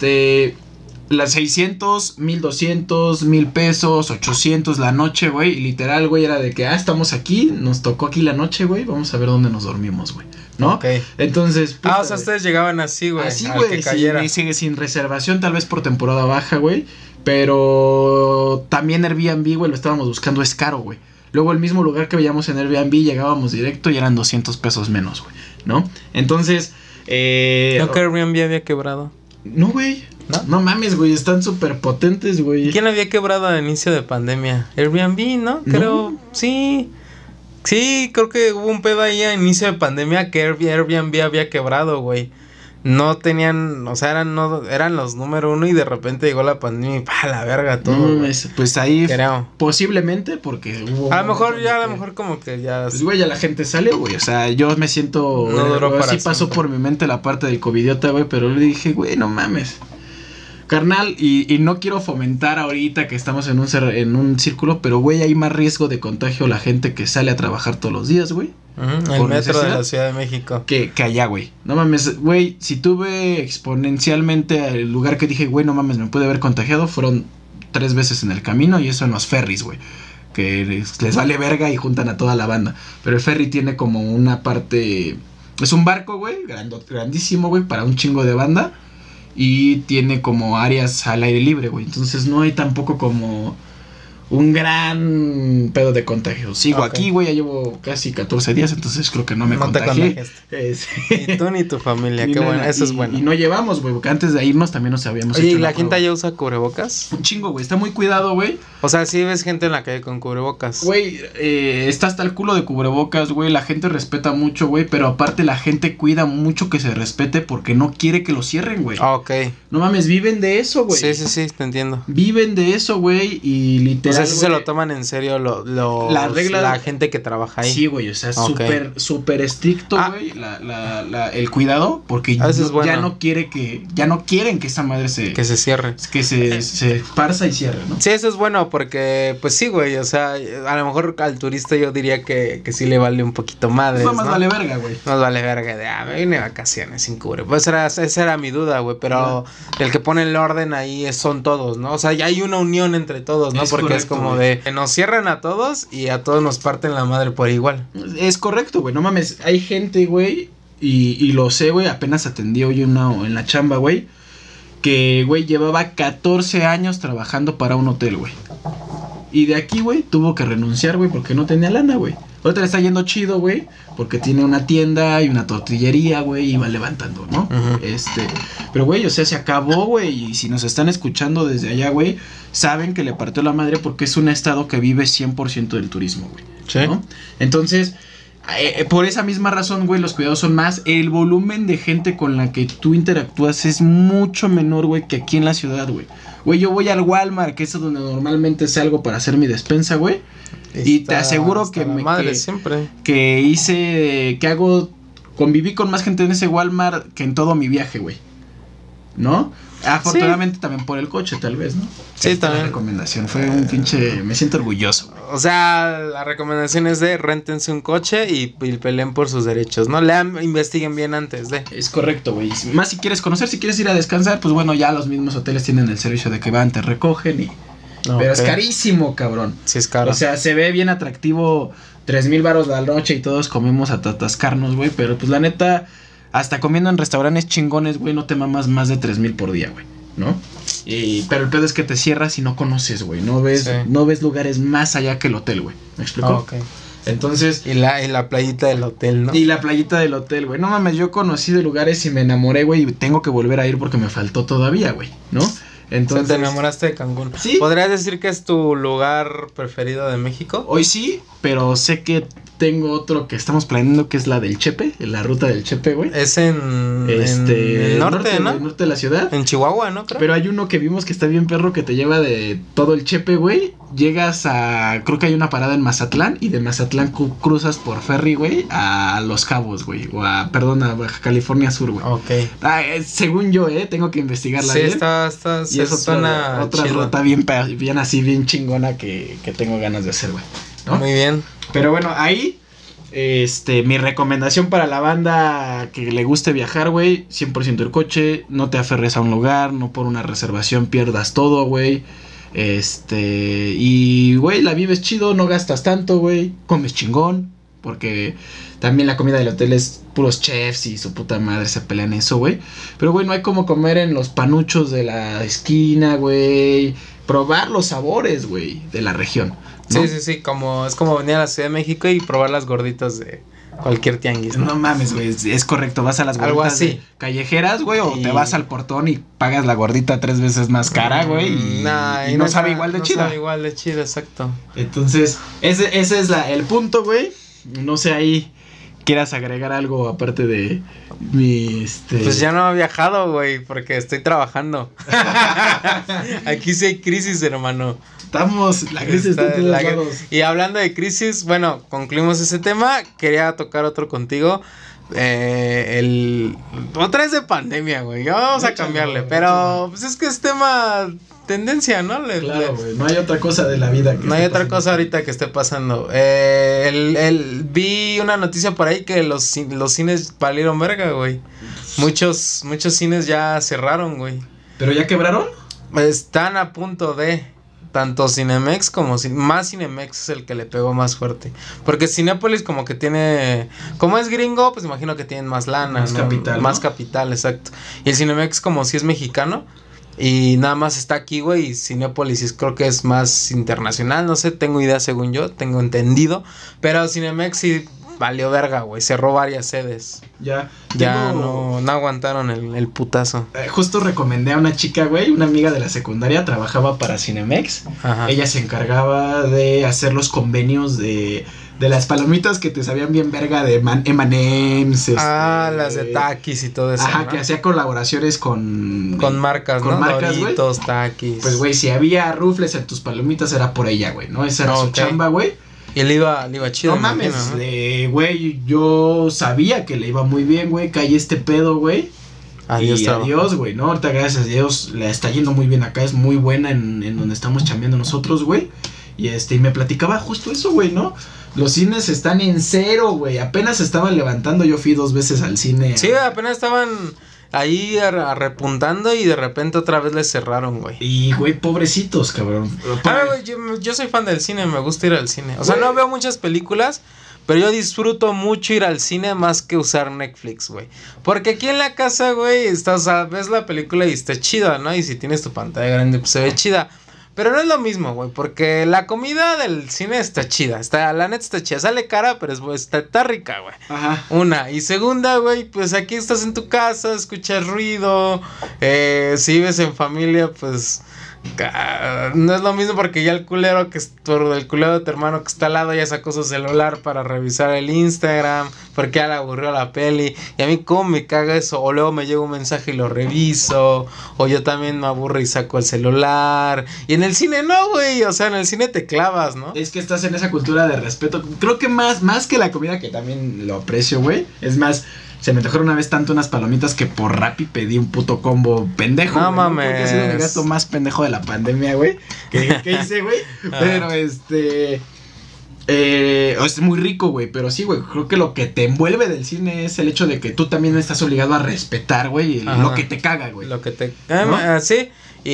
las 600, 1200, 1000 pesos, 800 la noche, güey. Y literal, güey, era de que, estamos aquí, nos tocó aquí la noche, güey. Vamos a ver dónde nos dormimos, güey. ¿No? Entonces. Puta, o sea, ustedes llegaban así, güey. Así, güey. Sin reservación, tal vez por temporada baja, güey. Pero también Airbnb, güey, lo estábamos buscando, es caro, güey. Luego el mismo lugar que veíamos en Airbnb, llegábamos directo y eran 200 pesos menos, güey. ¿No? Entonces. Creo que Airbnb había quebrado. No, güey. No mames, güey, están súper potentes, güey. ¿Quién había quebrado al inicio de pandemia? Airbnb, ¿no? Creo, sí. Sí, creo que hubo un pedo ahí a inicio de pandemia que Airbnb había quebrado, güey. No tenían, o sea, eran los número 1 y de repente llegó la pandemia y ¡pah! La verga todo. Pues ahí creo. Posiblemente porque hubo a lo mejor como que ya. Pues güey, ya la gente salió, güey. O sea, yo me siento. No duró para sí pasó por mi mente la parte del covidiota, güey. Pero le dije, güey, no mames. Carnal, y no quiero fomentar ahorita que estamos en un círculo, pero güey, hay más riesgo de contagio la gente que sale a trabajar todos los días, güey. El metro de la Ciudad de México. Que allá, güey. No mames, güey, si tuve exponencialmente el lugar que dije, güey, no mames, me pude haber contagiado, fueron 3 veces en el camino y eso en los ferries, güey. Que les vale verga y juntan a toda la banda. Pero el ferry tiene como una parte... Es un barco, güey, grandísimo, güey, para un chingo de banda. Y tiene como áreas al aire libre, güey. Entonces no hay tampoco como un gran pedo de contagio. Sigo aquí, güey, ya llevo casi 14 días, entonces creo que no me contagié. Ni tú ni tu familia, qué bueno, eso es bueno. Y no llevamos, güey, porque antes de irnos también nos habíamos hecho. ¿Y la gente ya usa cubrebocas? Un chingo, güey, está muy cuidado, güey. O sea, sí ves gente en la calle con cubrebocas. Güey, está hasta el culo de cubrebocas, güey, la gente respeta mucho, güey, pero aparte la gente cuida mucho que se respete porque no quiere que lo cierren, güey. Ok. No mames, viven de eso, güey. Sí, te entiendo. Viven de eso, güey, y literal. literal, O sea, sí se güey, lo toman en serio la regla, la gente que trabaja ahí. Sí, güey, o sea, súper estricto, güey, el cuidado, porque ya no quieren que esa madre que se cierre. Que se esparza y cierre, ¿no? Sí, eso es bueno porque, pues sí, güey, o sea, a lo mejor al turista yo diría que sí le vale un poquito madres, No, más ¿no? vale verga, güey. Más vale verga de, me vine de vacaciones sin cubre. Pues esa era mi duda, güey, pero el que pone el orden ahí son todos, ¿no? O sea, ya hay una unión entre todos, ¿no? Es porque correcto, es como güey. de, nos cierran a todos y a todos nos parten la madre por igual. Es correcto, güey, no mames, hay gente, güey, y lo sé, güey, apenas atendí hoy en la chamba, güey, que, güey, llevaba 14 años trabajando para un hotel, güey. Y de aquí, güey, tuvo que renunciar, güey, porque no tenía lana, güey. Ahorita le está yendo chido, güey, porque tiene una tienda y una tortillería, güey, y va levantando, ¿no? Uh-huh. Pero, güey, o sea, se acabó, güey, y si nos están escuchando desde allá, güey, saben que le partió la madre porque es un estado que vive 100% del turismo, güey. Sí. ¿No? Entonces, por esa misma razón, güey, los cuidados son más. El volumen de gente con la que tú interactúas es mucho menor, güey, que aquí en la ciudad, güey. Güey, yo voy al Walmart, que es donde normalmente salgo para hacer mi despensa, güey. Y te aseguro que conviví con más gente en ese Walmart que en todo mi viaje, güey. ¿No? Afortunadamente también por el coche, tal vez, ¿no? Sí, también. La recomendación fue un pinche... Me siento orgulloso, güey. O sea, la recomendación es de réntense un coche y peleen por sus derechos, ¿no? Investiguen bien antes de. Es correcto, güey. Más si quieres conocer, si quieres ir a descansar, pues bueno, ya los mismos hoteles tienen el servicio de que van, te recogen y... No, pero es carísimo, cabrón. Sí, es caro. O sea, se ve bien atractivo 3,000 varos la noche y todos comemos a atascarnos, güey. Pero pues la neta, hasta comiendo en restaurantes chingones, güey, no te mamas más de 3,000 por día, güey, ¿no? Pero el pedo es que te cierras y no conoces, güey. No ves lugares más allá que el hotel, güey. ¿Me explico? Okay. Entonces... Y la playita del hotel, ¿no? Y la playita del hotel, güey. No mames, yo conocí de lugares y me enamoré, güey. Y tengo que volver a ir porque me faltó todavía, güey, ¿no? Entonces, te enamoraste de Cancún. ¿Sí? ¿Podrías decir que es tu lugar preferido de México? Hoy sí, pero sé que tengo otro que estamos planeando, que es la del Chepe, la ruta del Chepe, güey. Es en el norte, ¿no? El norte de la ciudad. En Chihuahua, ¿no? Creo. Pero hay uno que vimos que está bien perro, que te lleva de todo el Chepe, güey. Llegas creo que hay una parada en Mazatlán, y de Mazatlán cruzas por ferry, güey, a Los Cabos, güey. A Baja California Sur, güey. Ok. Según yo, tengo que investigarla bien. Sí, está y es otra ruta bien así, bien chingona que tengo ganas de hacer, güey, ¿no? Muy bien. Pero bueno, ahí, mi recomendación para la banda que le guste viajar, güey, 100% el coche, no te aferres a un lugar, no por una reservación pierdas todo, güey. Y, güey, la vives chido, no gastas tanto, güey, comes chingón, porque también la comida del hotel es puros chefs y su puta madre se pelean eso, güey. Pero, güey, no hay como comer en los panuchos de la esquina, güey, probar los sabores, güey, de la región, ¿no? Sí, es como venir a la Ciudad de México y probar las gorditas de cualquier tianguis, ¿no? No mames, güey, es correcto, vas a las gorditas callejeras, güey, o te vas al Portón y pagas la gordita 3 veces más cara, güey, y no sabe igual de chida. No sabe igual de chida, exacto. Entonces, ese es el punto, güey. No sé, ahí quieras agregar algo aparte de mi, Pues ya no he viajado, güey, porque estoy trabajando. Aquí sí hay crisis, hermano. La crisis está en todos lados. Y hablando de crisis, bueno, concluimos ese tema. Quería tocar otro contigo. Otra vez de pandemia, güey. Ya vamos a cambiarle. Pero pues es que es tema tendencia, ¿no? Claro, güey. No hay otra cosa de la vida que no hay otra cosa ahorita que esté pasando. Vi una noticia por ahí que los cines valieron verga, güey. Muchos cines ya cerraron, güey. ¿Pero ya quebraron? Están a punto de... Tanto Cinemex más Cinemex es el que le pegó más fuerte. Porque Cinépolis como que tiene... Como es gringo, pues imagino que tienen más lana, más, ¿no? Capital, más ¿no? Capital, exacto. Y el Cinemex como si es mexicano y nada más está aquí, güey. Y Cinépolis creo que es más internacional. No sé, tengo idea según yo, tengo entendido. Pero Cinemex sí valió verga, güey. Cerró varias sedes. Ya no aguantaron el putazo. Justo recomendé a una chica, güey, una amiga de la secundaria, trabajaba para Cinemex. Ajá. Ella se encargaba de hacer los convenios de de las palomitas que te sabían bien verga de M&M's. Las de Takis y todo eso. Ajá, ¿no? que hacía colaboraciones con marcas, con ¿no? marcas, Doritos, Takis. Pues, güey, si había rufles en tus palomitas era por ella, güey, ¿no? Esa era su chamba, güey. Y le iba chido. No mames, güey, yo sabía que le iba muy bien, güey, caí este pedo, güey. Adiós, güey, ¿no? Ahorita, gracias a Dios, le está yendo muy bien acá, es muy buena en donde estamos chambeando nosotros, güey. Y me platicaba justo eso, güey, ¿no? Los cines están en cero, güey, apenas se estaban levantando, yo fui 2 veces al cine. Sí, apenas estaban ahí repuntando y de repente otra vez les cerraron, güey. Y, güey, pobrecitos, cabrón. Güey, yo soy fan del cine, me gusta ir al cine. O sea, no veo muchas películas, pero yo disfruto mucho ir al cine más que usar Netflix, güey. Porque aquí en la casa, güey, o sea, ves la película y está chida, ¿no? Y si tienes tu pantalla grande, pues se ve chida. Pero no es lo mismo, güey, porque la comida del cine está chida, la neta está chida, sale cara, pero está rica, güey. Ajá. Una, y segunda, güey, pues aquí estás en tu casa, escuchas ruido, si vives en familia, pues no es lo mismo porque ya el culero el culero de tu hermano que está al lado ya sacó su celular para revisar el Instagram, porque ya le aburrió la peli, y a mí cómo me caga eso, o luego me llega un mensaje y lo reviso, o yo también me aburro y saco el celular, y en el cine no, güey, o sea, en el cine te clavas, ¿no? Es que estás en esa cultura de respeto, creo que más que la comida, que también lo aprecio, güey, es más... Se me antojaron una vez tanto unas palomitas que por Rappi pedí un puto combo pendejo. No mames. Porque ha sido el gasto más pendejo de la pandemia, güey. ¿Qué hice, güey? Pero es muy rico, güey. Pero sí, güey. Creo que lo que te envuelve del cine es el hecho de que tú también estás obligado a respetar, güey. Lo que te caga, güey. Lo que te. ¿No? Sí.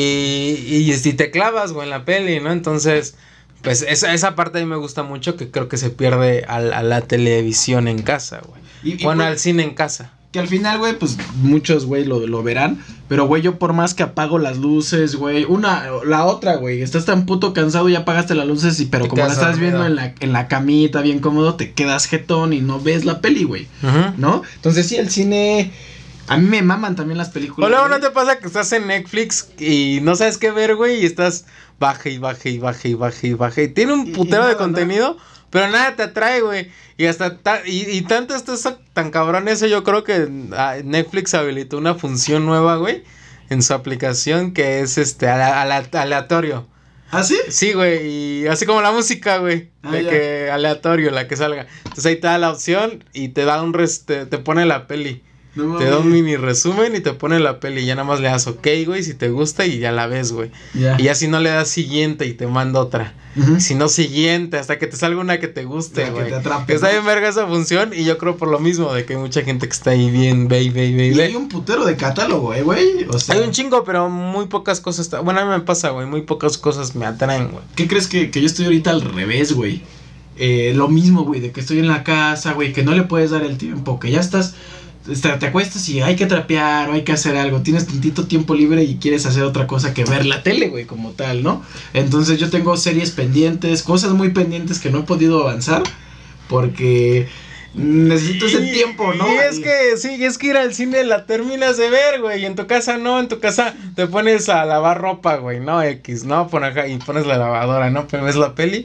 Y si te clavas, güey, en la peli, ¿no? Entonces. Pues esa parte a mí me gusta mucho, que creo que se pierde a la televisión en casa, güey. Bueno, al cine en casa. Que al final, güey, pues muchos, güey, lo verán. Pero, güey, yo por más que apago las luces, güey. La otra, güey. Estás tan puto cansado y apagaste las luces. Pero como la estás viendo en la camita, bien cómodo, te quedas jetón y no ves la peli, güey. Uh-huh. ¿No? Entonces, sí, el cine... A mí me maman también las películas. O luego no te pasa que estás en Netflix y no sabes qué ver, güey, y estás baje y baje y baje y baje y baje. Y tiene un putero de contenido, pero nada te atrae, güey. Y hasta y tanto esto es tan cabrón eso, yo creo que Netflix habilitó una función nueva, güey, en su aplicación que es aleatorio. ¿Ah, sí? Sí, güey, y así como la música, güey, que aleatorio, la que salga. Entonces ahí te da la opción y te da te pone la peli. No, te da un mini resumen y te pone la peli y ya nada más le das ok, güey, si te gusta y ya la ves, güey. Yeah. Y ya si no le das siguiente y te manda otra. Uh-huh. Si no siguiente, hasta que te salga una que te guste, güey. Que te atrape. Está bien verga esa función y yo creo por lo mismo de que hay mucha gente que está ahí bien, ve. Y hay un putero de catálogo, güey. O sea, hay un chingo, pero muy pocas cosas. Bueno, a mí me pasa, güey, muy pocas cosas me atraen, güey. ¿Qué crees que yo estoy ahorita al revés, güey? Lo mismo, güey, de que estoy en la casa, güey, que no le puedes dar el tiempo, que ya estás... te acuestas y hay que trapear o hay que hacer algo, tienes tantito tiempo libre y quieres hacer otra cosa que ver la tele, güey, como tal, ¿no? Entonces yo tengo series pendientes, cosas muy pendientes que no he podido avanzar porque necesito ese tiempo, ¿no? Y es que ir al cine la terminas de ver, güey, y en tu casa no, en tu casa te pones a lavar ropa, güey, ¿no? ¿No? Y pones la lavadora, ¿no? Pero ves la peli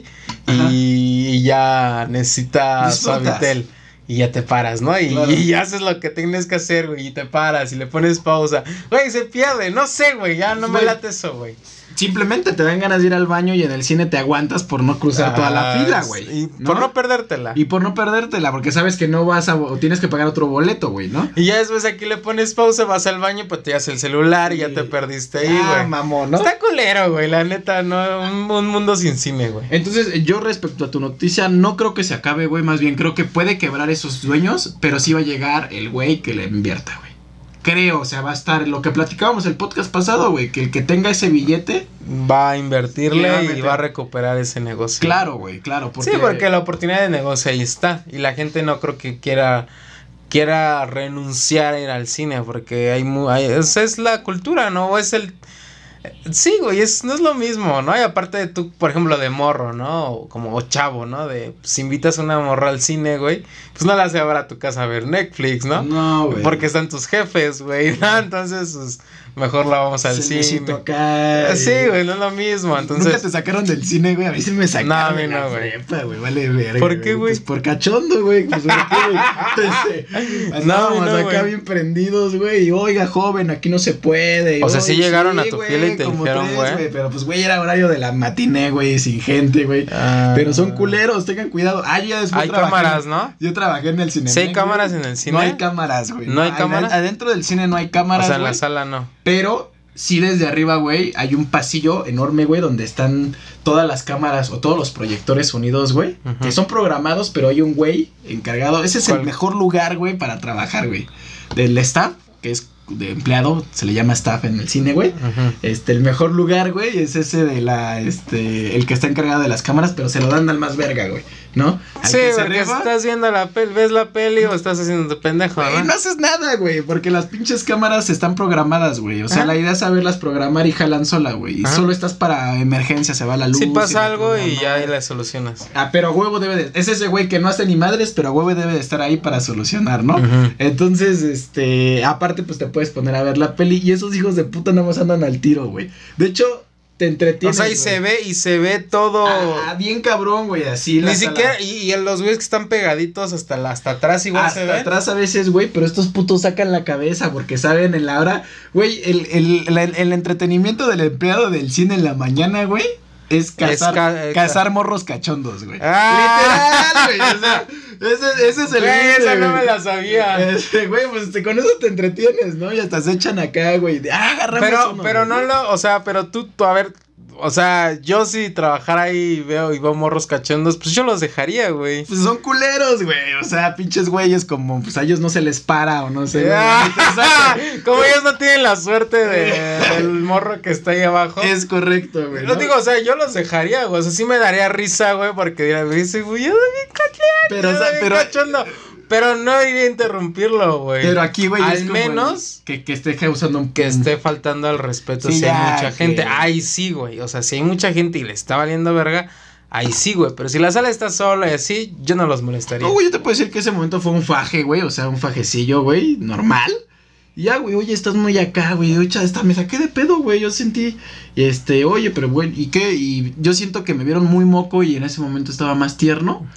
y ya necesitas Suavitel. Y ya te paras, ¿no? Y haces lo que tienes que hacer, güey. Y te paras y le pones pausa. Güey, se pierde. No sé, güey. Ya no me late eso, güey. Simplemente te dan ganas de ir al baño y en el cine te aguantas por no cruzar toda la fila, güey. Y por no perdértela. Y por no perdértela, porque sabes que no vas o tienes que pagar otro boleto, güey, ¿no? Y ya después aquí le pones pausa, vas al baño, pues te das el celular y ya te perdiste ahí, güey. Mamón, ¿no? Está culero, güey, la neta, no, un mundo sin cine, güey. Entonces, yo respecto a tu noticia, no creo que se acabe, güey, más bien creo que puede quebrar esos sueños, pero sí va a llegar el güey que le invierta, güey. Creo, o sea, va a estar lo que platicábamos el podcast pasado, güey, que el que tenga ese billete va a invertirle y va a recuperar ese negocio. Claro, güey, claro. Sí, porque la oportunidad de negocio ahí está y la gente no creo que quiera renunciar a ir al cine porque esa es la cultura, ¿no? Sí, güey, no es lo mismo, ¿no? Y aparte de tú, por ejemplo, de morro, ¿no? O chavo, ¿no? Si invitas a una morra al cine, güey, pues no la vas a llevar a tu casa a ver Netflix, ¿no? No, güey. Porque están tus jefes, güey, ¿no? Entonces, pues, mejor la vamos al cine. Acá, sí, güey, no es lo mismo, entonces. ¿Nunca te sacaron del cine, güey? A mí sí me sacaron. No, a mí no, güey. Vale, verga. ¿Por qué, güey? Pues por cachondo, güey. Pues, ¿por qué, güey? Andábamos acá bien prendidos, güey. Y, oiga, joven, aquí no se puede. O sea, sí llegaron a tu fila y te dijeron, güey. Pero pues, güey, era horario de la matiné, güey, sin gente, güey. Pero son culeros, tengan cuidado. Yo ya después hay cámaras, ¿no? Yo trabajé en el cine. ¿Sí hay cámaras en el cine? No hay cámaras, güey. ¿No hay cámaras? Adentro del cine no hay cámaras, o sea, en la sala no. Pero sí desde arriba, güey, hay un pasillo enorme, güey, donde están todas las cámaras o todos los proyectores unidos, güey, que son programados, pero hay un güey encargado. Ese es el mejor lugar, güey, para trabajar, güey. Del staff, que es de empleado, se le llama staff en el cine, güey. El mejor lugar, güey, es ese de el que está encargado de las cámaras, pero se lo dan al más verga, güey, ¿no? Sí, porque estás viendo la peli, ves la peli o estás haciendo tu pendejo, ¿no? No haces nada, güey, porque las pinches cámaras están programadas, güey. O sea, la idea es saberlas programar y jalan sola, güey. Y solo estás para emergencia, se va la luz. Si pasa algo y ya ahí la solucionas. Pero a huevo es ese güey que no hace ni madres, pero a huevo debe de estar ahí para solucionar, ¿no? Entonces, aparte, pues te puedes poner a ver la peli y esos hijos de puta nada más andan al tiro, güey. De hecho, te entretienes. O sea, y se ve todo. Bien cabrón, güey, así. Ni siquiera, y los güeyes que están pegaditos hasta atrás igual se ven. Hasta atrás a veces, güey, pero estos putos sacan la cabeza porque saben en la hora, güey, el entretenimiento del empleado del cine en la mañana, güey. Es cazar morros cachondos, güey. Literal, güey. O sea, ese es el. Esa no me la sabía. Güey, pues con eso te entretienes, ¿no? Y hasta se echan acá, güey. Agarramos pero no lo, o sea, pero tú, a ver. O sea, yo si trabajara ahí y veo morros cachondos, pues yo los dejaría, güey. Pues son culeros, güey. O sea, pinches güeyes como, pues a ellos no se les para o no sé. Como ellos no tienen la suerte del morro que está ahí abajo. Es correcto, güey. ¿no? Digo, o sea, yo los dejaría, güey. O sea, sí me daría risa, güey, porque diría, ese güey, yo soy bien cachondo. Pero no iría a interrumpirlo, güey. Pero aquí, güey, al menos que esté usando que esté faltando al respeto si hay mucha gente. Ahí sí, güey. O sea, si hay mucha gente y le está valiendo verga, ahí sí, güey. Pero si la sala está sola y así, yo no los molestaría. No, güey, yo te puedo decir que ese momento fue un faje, güey. O sea, un fajecillo, güey, normal. Y ya, güey, oye, estás muy acá, güey. Oye, me saqué de pedo, güey. Yo sentí, oye, pero güey, ¿y qué? Y yo siento que me vieron muy moco y en ese momento estaba más tierno.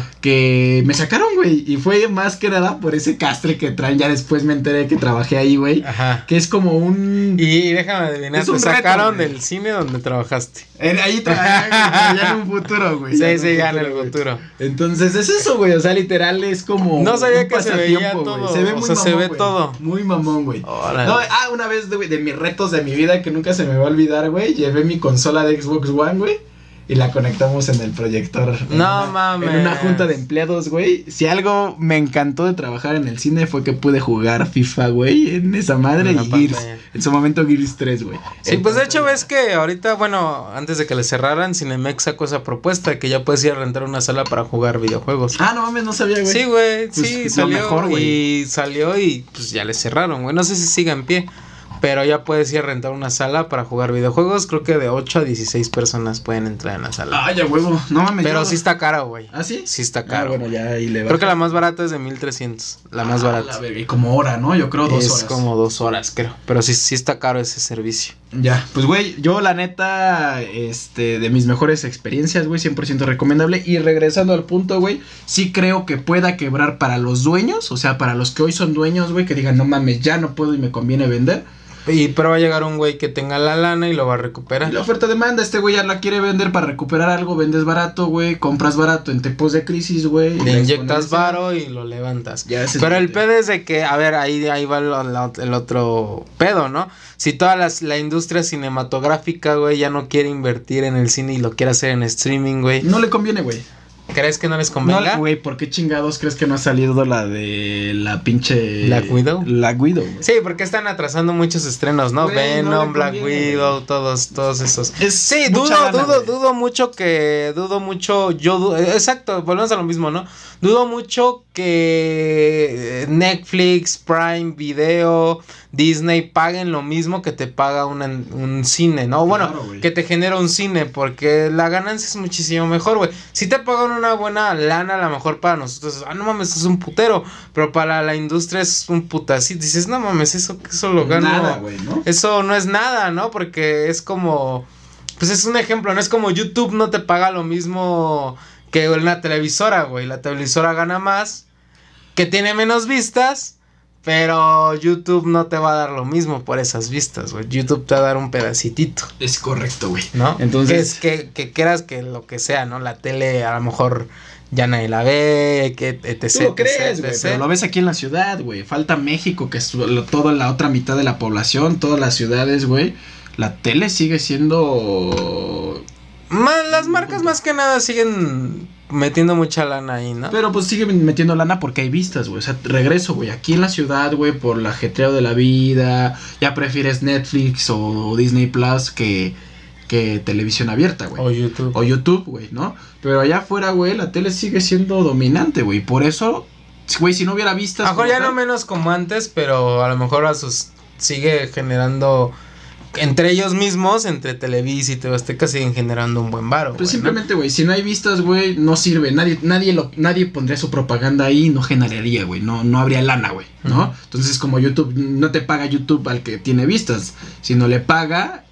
Que me sacaron, güey. Y fue más que nada por ese castre que traen. Ya después me enteré que trabajé ahí, güey. Que es como un. Y déjame adivinar, te sacaron del cine donde trabajaste. Ahí trabajé, ya en un futuro, güey. Sí, ya en el futuro. Entonces es eso, güey. O sea, literal es como. No sabía que se veía todo. Se ve muy mamón, se ve todo. Muy mamón, güey. No, una vez, güey, de mis retos de mi vida que nunca se me va a olvidar, güey, llevé mi consola de Xbox One, güey, y la conectamos en el proyector. Mames. En una junta de empleados, güey. Si algo me encantó de trabajar en el cine fue que pude jugar FIFA, güey, en esa madre y Gears. En su momento Gears 3, güey. Sí, pues de hecho ves que ahorita, bueno, antes de que le cerraran, Cinemex sacó esa propuesta que ya puedes ir a rentar una sala para jugar videojuegos. No mames, no sabía, güey. Sí, güey, pues, sí, salió mejor, y salió y pues ya le cerraron, güey. No sé si siga en pie. Pero ya puedes ir a rentar una sala para jugar videojuegos. Creo que de 8 a 16 personas pueden entrar en la sala. Ya huevo. No mames. Pero sí está caro, güey. ¿Ah, sí? Sí está caro. Bueno, ya ahí le va. Creo que la más barata es de 1,300. La más barata. Y como hora, ¿no? Yo creo 2 horas. Es como 2 horas, creo. Pero sí está caro ese servicio. Ya, pues güey, yo la neta, de mis mejores experiencias, güey, 100% recomendable. Y regresando al punto, güey, sí creo que pueda quebrar para los dueños, o sea, para los que hoy son dueños, güey, que digan, no mames, ya no puedo y me conviene vender. Pero va a llegar un güey que tenga la lana y lo va a recuperar. Y la oferta demanda, güey ya la quiere vender para recuperar algo, vendes barato, güey, compras barato en tiempos de crisis, güey. Le inyectas varo y lo levantas. Pero el pedo es de que, a ver, ahí va el otro pedo, ¿no? Si toda la industria cinematográfica, güey, ya no quiere invertir en el cine y lo quiere hacer en streaming, güey. No le conviene, güey. ¿Crees que no les convenga? No, güey, ¿por qué chingados crees que no ha salido la de la pinche... ¿Black Widow? Black Widow, güey. Sí, porque están atrasando muchos estrenos, ¿no? Wey, Venom, Black Widow, todos esos. Sí, dudo mucho, exacto, volvemos a lo mismo, ¿no? Dudo mucho que Netflix, Prime Video, Disney paguen lo mismo que te paga un cine, ¿no? Bueno, Claro, que te genera un cine, porque la ganancia es muchísimo mejor, güey. Si te pagan una buena lana, a lo mejor para nosotros, no mames, es un putero, pero para la industria es un putacito. Dices, no mames, eso lo gano. Nada, güey, ¿no? Eso no es nada, ¿no? Porque es como, pues es un ejemplo, no es como YouTube no te paga lo mismo que una televisora, güey. La televisora gana más, que tiene menos vistas, pero YouTube no te va a dar lo mismo por esas vistas, güey. YouTube te va a dar un pedacitito. Es correcto, güey. ¿No? Entonces, que quieras que lo que sea, ¿no? La tele a lo mejor ya nadie la ve, que etc. tú lo crees, güey, pero lo ves aquí en la ciudad, güey. Falta México, que es toda la otra mitad de la población, todas las ciudades, güey. La tele sigue siendo... Las marcas más que nada siguen metiendo mucha lana ahí, ¿no? Pero pues sigue metiendo lana porque hay vistas, güey. O sea, regreso, güey. Aquí en la ciudad, güey, por el ajetreo de la vida, ya prefieres Netflix o Disney Plus que televisión abierta, güey. O YouTube, güey, ¿no? Pero allá afuera, güey, la tele sigue siendo dominante, güey. Por eso, güey, si no hubiera vistas... A lo mejor ya no menos como antes, pero a lo mejor sigue generando... Entre ellos mismos, entre Televisa y TV Azteca, siguen generando un buen varo. Pues simplemente, güey, si no hay vistas, güey, no sirve. Nadie pondría su propaganda ahí y no generaría, güey. No habría lana, güey, ¿no? Uh-huh. Entonces, como YouTube, no te paga YouTube al que tiene vistas, sino le paga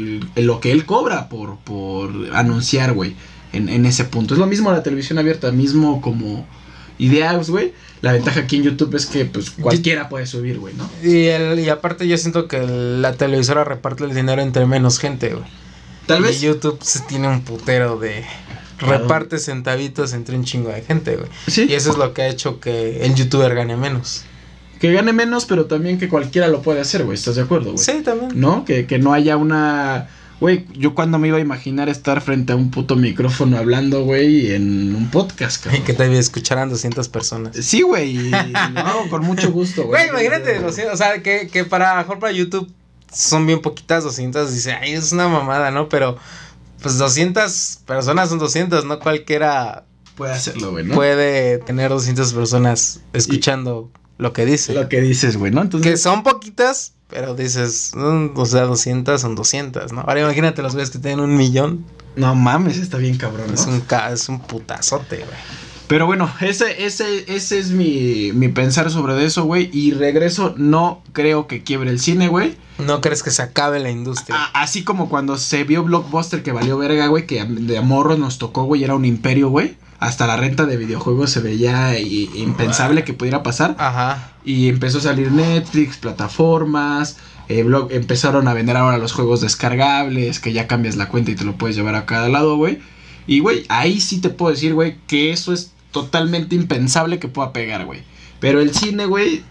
lo que él cobra por anunciar, güey, en ese punto. Es lo mismo la televisión abierta, mismo como ideas, güey. La ventaja aquí en YouTube es que pues cualquiera puede subir, güey, ¿no? Y aparte yo siento que la televisora reparte el dinero entre menos gente, güey. Tal vez. Y YouTube se tiene un putero de... Reparte centavitos entre un chingo de gente, güey. ¿Sí? Y eso es lo que ha hecho que el youtuber gane menos. Que gane menos, pero también que cualquiera lo puede hacer, güey. ¿Estás de acuerdo, güey? Sí, también. ¿No? Que no haya una... Güey, yo cuando me iba a imaginar estar frente a un puto micrófono hablando, güey, en un podcast, cabrón. Y que te escucharan 200 personas. Sí, güey, y lo hago con mucho gusto, güey. Güey, imagínate, o sea, que para YouTube son bien poquitas, 200, dice, ay, es una mamada, ¿no? Pero, pues 200 personas son 200, ¿no? Cualquiera puede hacerlo, güey, ¿no? Puede tener 200 personas escuchando lo que dice. Lo que dices, güey, ¿no? Entonces, que son poquitas, pero dices, o sea, 200 son 200, ¿no? Ahora imagínate los güeyes que tienen 1,000,000. No mames, está bien cabrón, ¿no? Es un putazote, güey. Pero bueno, ese es mi pensar sobre eso, güey. Y regreso, no creo que quiebre el cine, güey. ¿No crees que se acabe la industria? Así como cuando se vio Blockbuster que valió verga, güey, que de morros nos tocó, güey, era un imperio, güey. Hasta la renta de videojuegos se veía impensable que pudiera pasar. Ajá. Y empezó a salir Netflix, plataformas, empezaron a vender ahora los juegos descargables, que ya cambias la cuenta y te lo puedes llevar a cada lado, güey. Y, güey, ahí sí te puedo decir, güey, que eso es totalmente impensable que pueda pegar, güey. Pero el cine, güey,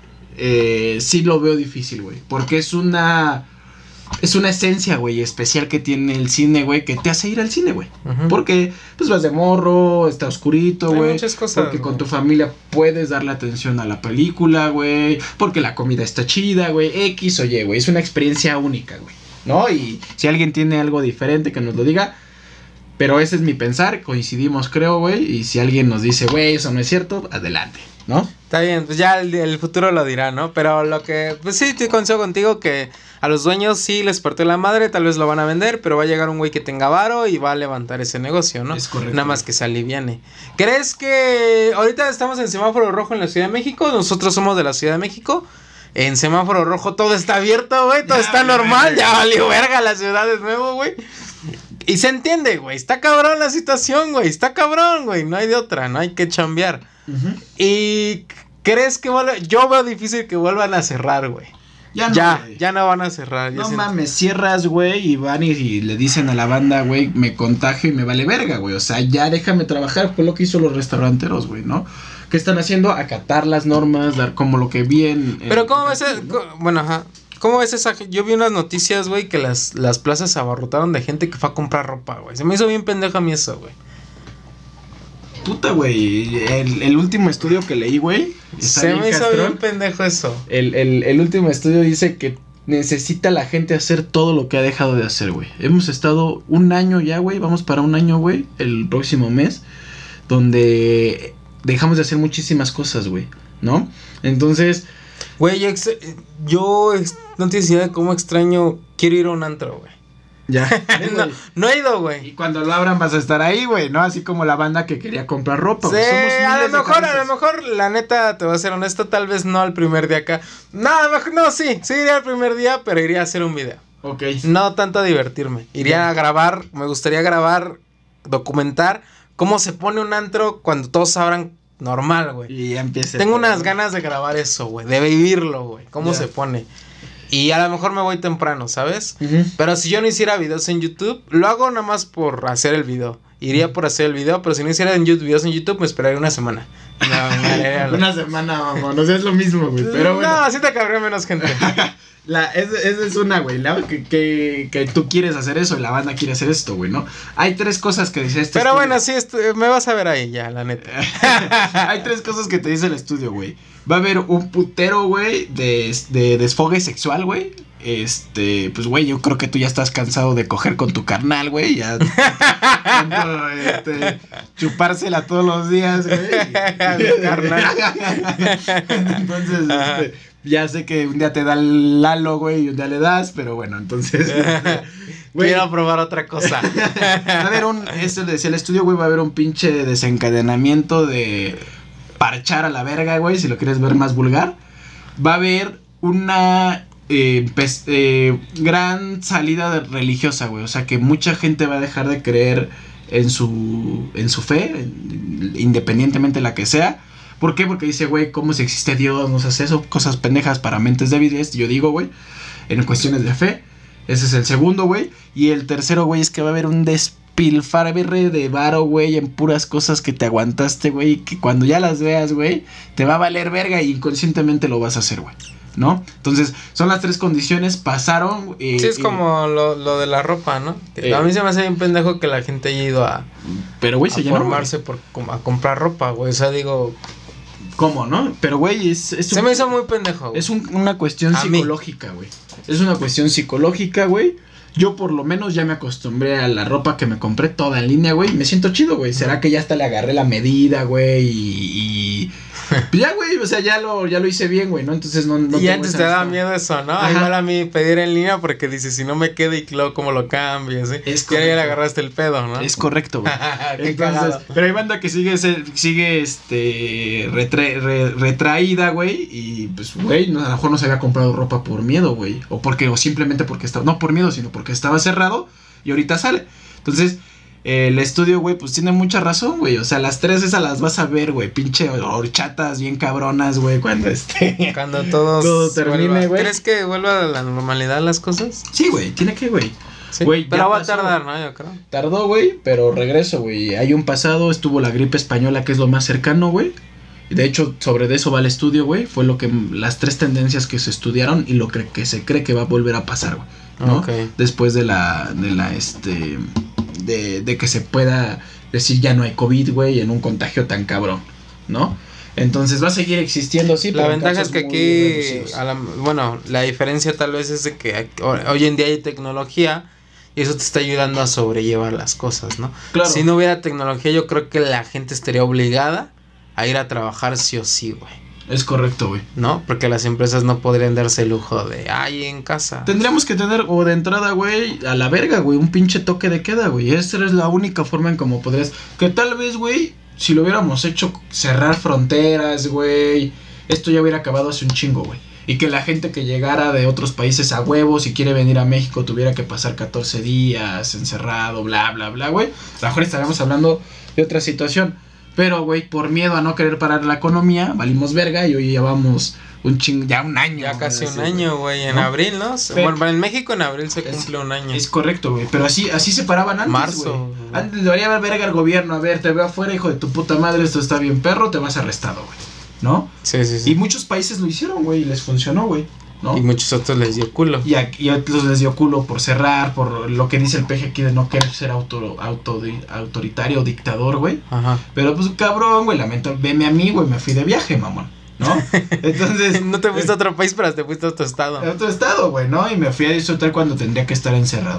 sí lo veo difícil, güey. Porque es una esencia, güey, especial que tiene el cine, güey, que te hace ir al cine, güey. Uh-huh. Porque, pues, vas de morro, está oscurito, güey. Muchas cosas. Porque con tu familia puedes darle atención a la película, güey. Porque la comida está chida, güey. X o Y, güey. Es una experiencia única, güey, ¿no? Y si alguien tiene algo diferente, que nos lo diga. Pero ese es mi pensar, coincidimos, creo, güey. Y si alguien nos dice, güey, eso no es cierto, adelante, ¿no? Está bien, pues ya el futuro lo dirá, ¿no? Pero lo que, pues sí, te consigo contigo que a los dueños sí les partió la madre, tal vez lo van a vender, pero va a llegar un güey que tenga varo y va a levantar ese negocio, ¿no? Es correcto. Nada más que se aliviane. ¿Crees que ahorita estamos en semáforo rojo en la Ciudad de México? Nosotros somos de la Ciudad de México. En semáforo rojo todo está abierto, güey, todo está normal, ya valió verga la ciudad de nuevo, güey. Y se entiende, güey, está cabrón la situación, güey, está cabrón, güey, no hay de otra, no hay que chambear. Uh-huh. ¿Y crees que yo veo difícil que vuelvan a cerrar, güey? Ya no van a cerrar. No mames, cierras, güey, y van y le dicen a la banda, güey, me contagio y me vale verga, güey. O sea, ya déjame trabajar, fue lo que hizo los restauranteros, güey, ¿no? ¿Qué están haciendo? Acatar las normas, dar como lo que bien. Pero ¿cómo ves? Bueno, ajá. ¿Cómo ves esa? Yo vi unas noticias, güey, que las plazas se abarrotaron de gente que fue a comprar ropa, güey. Se me hizo bien pendeja a mí eso, güey. Puta, güey, el último estudio que leí, güey. Se me hizo bien pendejo eso. El último estudio dice que necesita la gente hacer todo lo que ha dejado de hacer, güey. Hemos estado 1 año ya, güey, vamos para 1 año, güey, el próximo mes, donde dejamos de hacer muchísimas cosas, güey, ¿no? Entonces, güey, no tienes idea de cómo extraño, quiero ir a un antro, güey. ya. No he ido, güey. Y cuando lo abran vas a estar ahí, güey, ¿no? Así como la banda que quería comprar ropa, Sí, güey. Somos a miles lo de cabezas. mejor, la neta, te voy a ser honesto, tal vez no al primer día acá. No, no, sí iría al primer día, pero iría a hacer un video. Ok. No tanto a divertirme. Iría a grabar, me gustaría grabar, documentar cómo se pone un antro cuando todos abran normal, güey. Y ya empieza. Tengo unas ganas de grabar eso, güey, de vivirlo, güey, cómo se pone. Y a lo mejor me voy temprano, ¿sabes? Pero si yo no hiciera videos en YouTube, lo hago nada más por hacer el video. Iría por hacer el video, pero si no hiciera videos en YouTube, me esperaría una semana. Una semana, mamá, no sé, es lo mismo, güey. Pero bueno. No, así te cabría menos gente. Esa es una, güey, que tú quieres hacer eso y la banda quiere hacer esto, güey, ¿no? Hay 3 cosas que dice este Pero estudio. bueno, sí, me vas a ver ahí ya, la neta. Hay 3 cosas que te dice el estudio, güey. Va a haber un putero, güey, de desfogue sexual, güey. Pues, güey, yo creo que tú ya estás cansado de coger con tu carnal, güey. Ya. Chupársela todos los días, güey. Carnal. Entonces, ya sé que un día te da el Lalo, güey, y un día le das, pero bueno, entonces. Güey, quiero probar otra cosa. Va a haber eso le decía el estudio, güey, va a haber un pinche desencadenamiento de parchar a la verga, güey, si lo quieres ver más vulgar. Va a haber una gran salida religiosa, güey, o sea que mucha gente va a dejar de creer en su fe, independientemente de la que sea. ¿Por qué? Porque dice, güey, ¿cómo si existe Dios? No se hace eso, cosas pendejas para mentes débiles, yo digo, güey, en cuestiones de fe. Ese es el segundo, güey. Y el tercero, güey, es que va a haber un despilfarre de varo, güey, en puras cosas que te aguantaste, güey, y que cuando ya las veas, güey, te va a valer verga y inconscientemente lo vas a hacer, güey, ¿no? Entonces, son las 3 condiciones, pasaron. Sí, es como lo de la ropa, ¿no? A mí se me hace bien pendejo que la gente haya ido a... Pero, güey, se llenó, formarse a comprar ropa, güey, o sea, digo... ¿Cómo, no? Pero, güey, se me hizo muy pendejo, güey. Es una cuestión psicológica, güey. Es una cuestión psicológica, güey. Yo por lo menos ya me acostumbré a la ropa que me compré toda en línea, güey. Me siento chido, güey. ¿Será que ya hasta le agarré la medida, güey? Y pues ya, güey, o sea, ya lo hice bien, güey, ¿no? Entonces no y antes te daba miedo eso, ¿no? Ajá. Igual a mí pedir en línea porque dices, si no me queda y luego cómo lo cambias, ¿sí? Es correcto. Ya le agarraste el pedo, ¿no? Es correcto, güey. Qué cagado. Pero hay banda que sigue retraída, güey, y pues, güey, a lo mejor no se había comprado ropa por miedo, güey, o simplemente porque estaba, no por miedo, sino porque estaba cerrado y ahorita sale. Entonces, el estudio, güey, pues tiene mucha razón, güey. O sea, las 3 esas las vas a ver, güey. Pinche horchatas bien cabronas, güey. Cuando todo termine, güey. ¿Crees que vuelva a la normalidad las cosas? Sí, güey. Tiene que, güey. Sí, güey, pero va a tardar, ¿no? Yo creo. Tardó, güey, pero regreso, güey. Hay un pasado, estuvo la gripe española, que es lo más cercano, güey. De hecho, sobre eso va el estudio, güey. Fue las 3 tendencias que se estudiaron y lo que se cree que va a volver a pasar, güey, ¿no? Okay. Después de que se pueda decir ya no hay COVID, güey, en un contagio tan cabrón, ¿no? Entonces va a seguir existiendo, sí. La ventaja es que aquí, la diferencia tal vez es de que hoy en día hay tecnología y eso te está ayudando a sobrellevar las cosas, ¿no? Claro. Si no hubiera tecnología, yo creo que la gente estaría obligada a ir a trabajar sí o sí, güey. Es correcto, güey. ¿No? Porque las empresas no podrían darse el lujo de, en casa. Tendríamos que tener, o de entrada, güey, a la verga, güey, un pinche toque de queda, güey. Esa es la única forma en cómo podrías... Que tal vez, güey, si lo hubiéramos hecho cerrar fronteras, güey, esto ya hubiera acabado hace un chingo, güey. Y que la gente que llegara de otros países a huevos y quiere venir a México tuviera que pasar 14 días encerrado, bla, bla, bla, güey. A lo mejor estaríamos hablando de otra situación. Pero, güey, por miedo a no querer parar la economía, valimos verga y hoy llevamos ya un año. Ya casi un año, güey, en abril, ¿no? Bueno, en México en abril se cumple un año. Es correcto, güey, pero así se paraban antes, marzo. Antes debería haber verga el gobierno, a ver, te veo afuera, hijo de tu puta madre, esto está bien perro, te vas arrestado, güey, ¿no? Sí. Y muchos países lo hicieron, güey, y les funcionó, güey, ¿no? Y muchos otros les dio culo. Y otros les dio culo por cerrar, por lo que dice el peje aquí de no querer ser autoritario o dictador, güey. Ajá. Pero pues cabrón, güey, veme a mí, güey, me fui de viaje, mamón, ¿no? Entonces... no te fuiste a otro país, pero te fuiste a otro estado. A otro estado, güey, ¿no? Y me fui a disfrutar cuando tendría que estar encerrado, güey,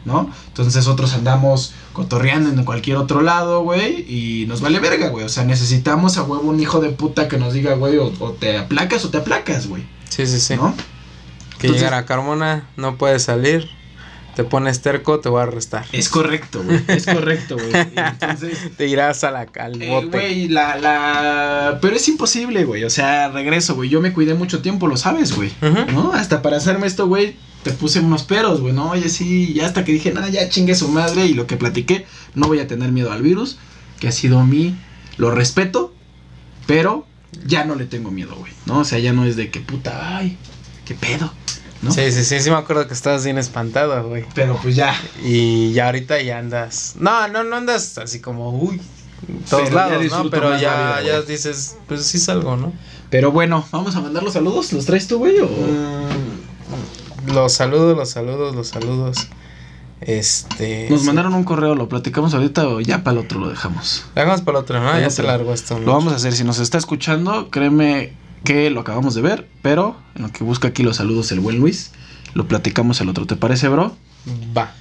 ¿no? Entonces otros andamos cotorreando en cualquier otro lado, güey, y nos vale verga, güey. O sea, necesitamos a huevo un hijo de puta que nos diga, güey, o te aplacas, güey. Sí, sí, sí. ¿No? Que Entonces, llegar a Carmona, no puedes salir, te pones terco, te voy a arrestar. es correcto, güey. Entonces, te irás al bote. Güey, pero es imposible, güey. O sea, regreso, güey. Yo me cuidé mucho tiempo, lo sabes, güey. ¿No? Hasta para hacerme esto, güey, te puse unos peros, güey. No, oye, sí, ya hasta que dije, nada, ya chingue su madre. Y lo que platiqué, no voy a tener miedo al virus, que ha sido lo respeto, pero ya no le tengo miedo, güey. ¿No? O sea, ya no es de que puta, ay, qué pedo. ¿No? Sí, me acuerdo que estabas bien espantado, güey. Pero pues ya. Y ya ahorita ya andas. No andas así como, uy, todos pero lados, ¿no? Pero ya dices, pues sí salgo, ¿no? Pero bueno, vamos a mandar los saludos. ¿Los traes tú, güey? O... Los saludos. Nos mandaron un correo, ¿lo platicamos ahorita o ya para el otro lo dejamos? Lo dejamos para el otro, ¿no? Ya se largó esto. Lo vamos a hacer. Si nos está escuchando, créeme que lo acabamos de ver, pero en lo que busca aquí los saludos el buen Luis, lo platicamos el otro. ¿Te parece, bro? Va.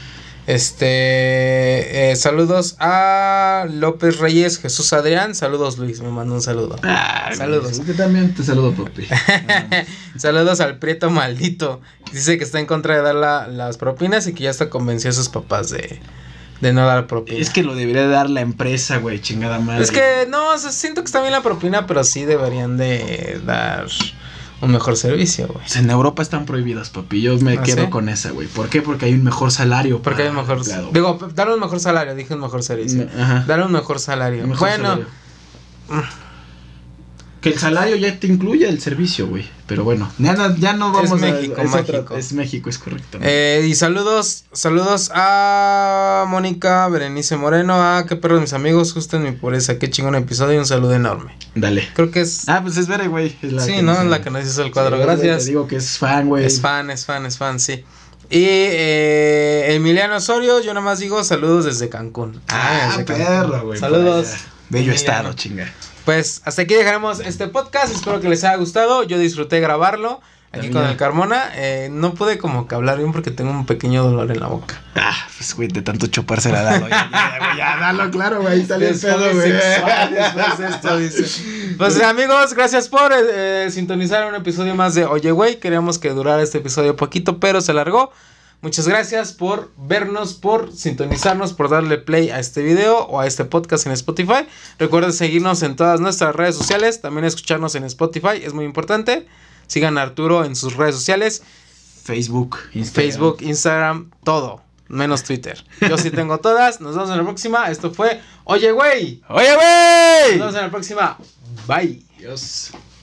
Saludos a López Reyes, Jesús Adrián. Saludos, Luis, me mandó un saludo. Saludos. Yo también te saludo, papi. Saludos al Prieto Maldito. Dice que está en contra de dar las propinas y que ya hasta convenció a sus papás de no dar propina. Es que lo debería dar la empresa, güey, chingada madre. Es que no, o sea, siento que está bien la propina, pero sí deberían de dar un mejor servicio, güey. En Europa están prohibidas, papi. Yo me quedo con esa, güey. ¿Por qué? Porque hay un mejor salario. Porque hay un mejor... Digo, dar un mejor salario, dije un mejor servicio. Ajá. Dar un mejor salario. Salario. Que el salario ya te incluya el servicio, güey. Pero bueno, ya no vamos es México, mágico. Es México, es correcto, ¿no? Y saludos a Mónica Berenice Moreno, qué perro de mis amigos, justo en mi pureza, qué chingón episodio y un saludo enorme. Dale. Creo que es... pues es Bere, güey. Sí, ¿no? Es la que nos hizo el cuadro, sí, gracias. Te digo que es fan, güey. Es fan, sí. Y Emiliano Osorio, yo nomás digo saludos desde Cancún. Desde perro, güey. Saludos. Bello estado, chinga. Pues hasta aquí dejaremos este podcast, espero que les haya gustado, yo disfruté grabarlo aquí con el Carmona, no pude como que hablar bien porque tengo un pequeño dolor en la boca. Pues güey, de tanto chupársela, dalo, ya, dalo, claro, güey, salió el pedo, güey. Pues amigos, gracias por sintonizar un episodio más de Oye Güey, queríamos que durara este episodio poquito, pero se alargó. Muchas gracias por vernos, por sintonizarnos, por darle play a este video o a este podcast en Spotify. Recuerden seguirnos en todas nuestras redes sociales, también escucharnos en Spotify, es muy importante. Sigan a Arturo en sus redes sociales. Facebook, Instagram, todo, menos Twitter. Yo sí tengo todas, nos vemos en la próxima. Esto fue Oye Güey. Oye Güey. Nos vemos en la próxima. Bye. Adiós.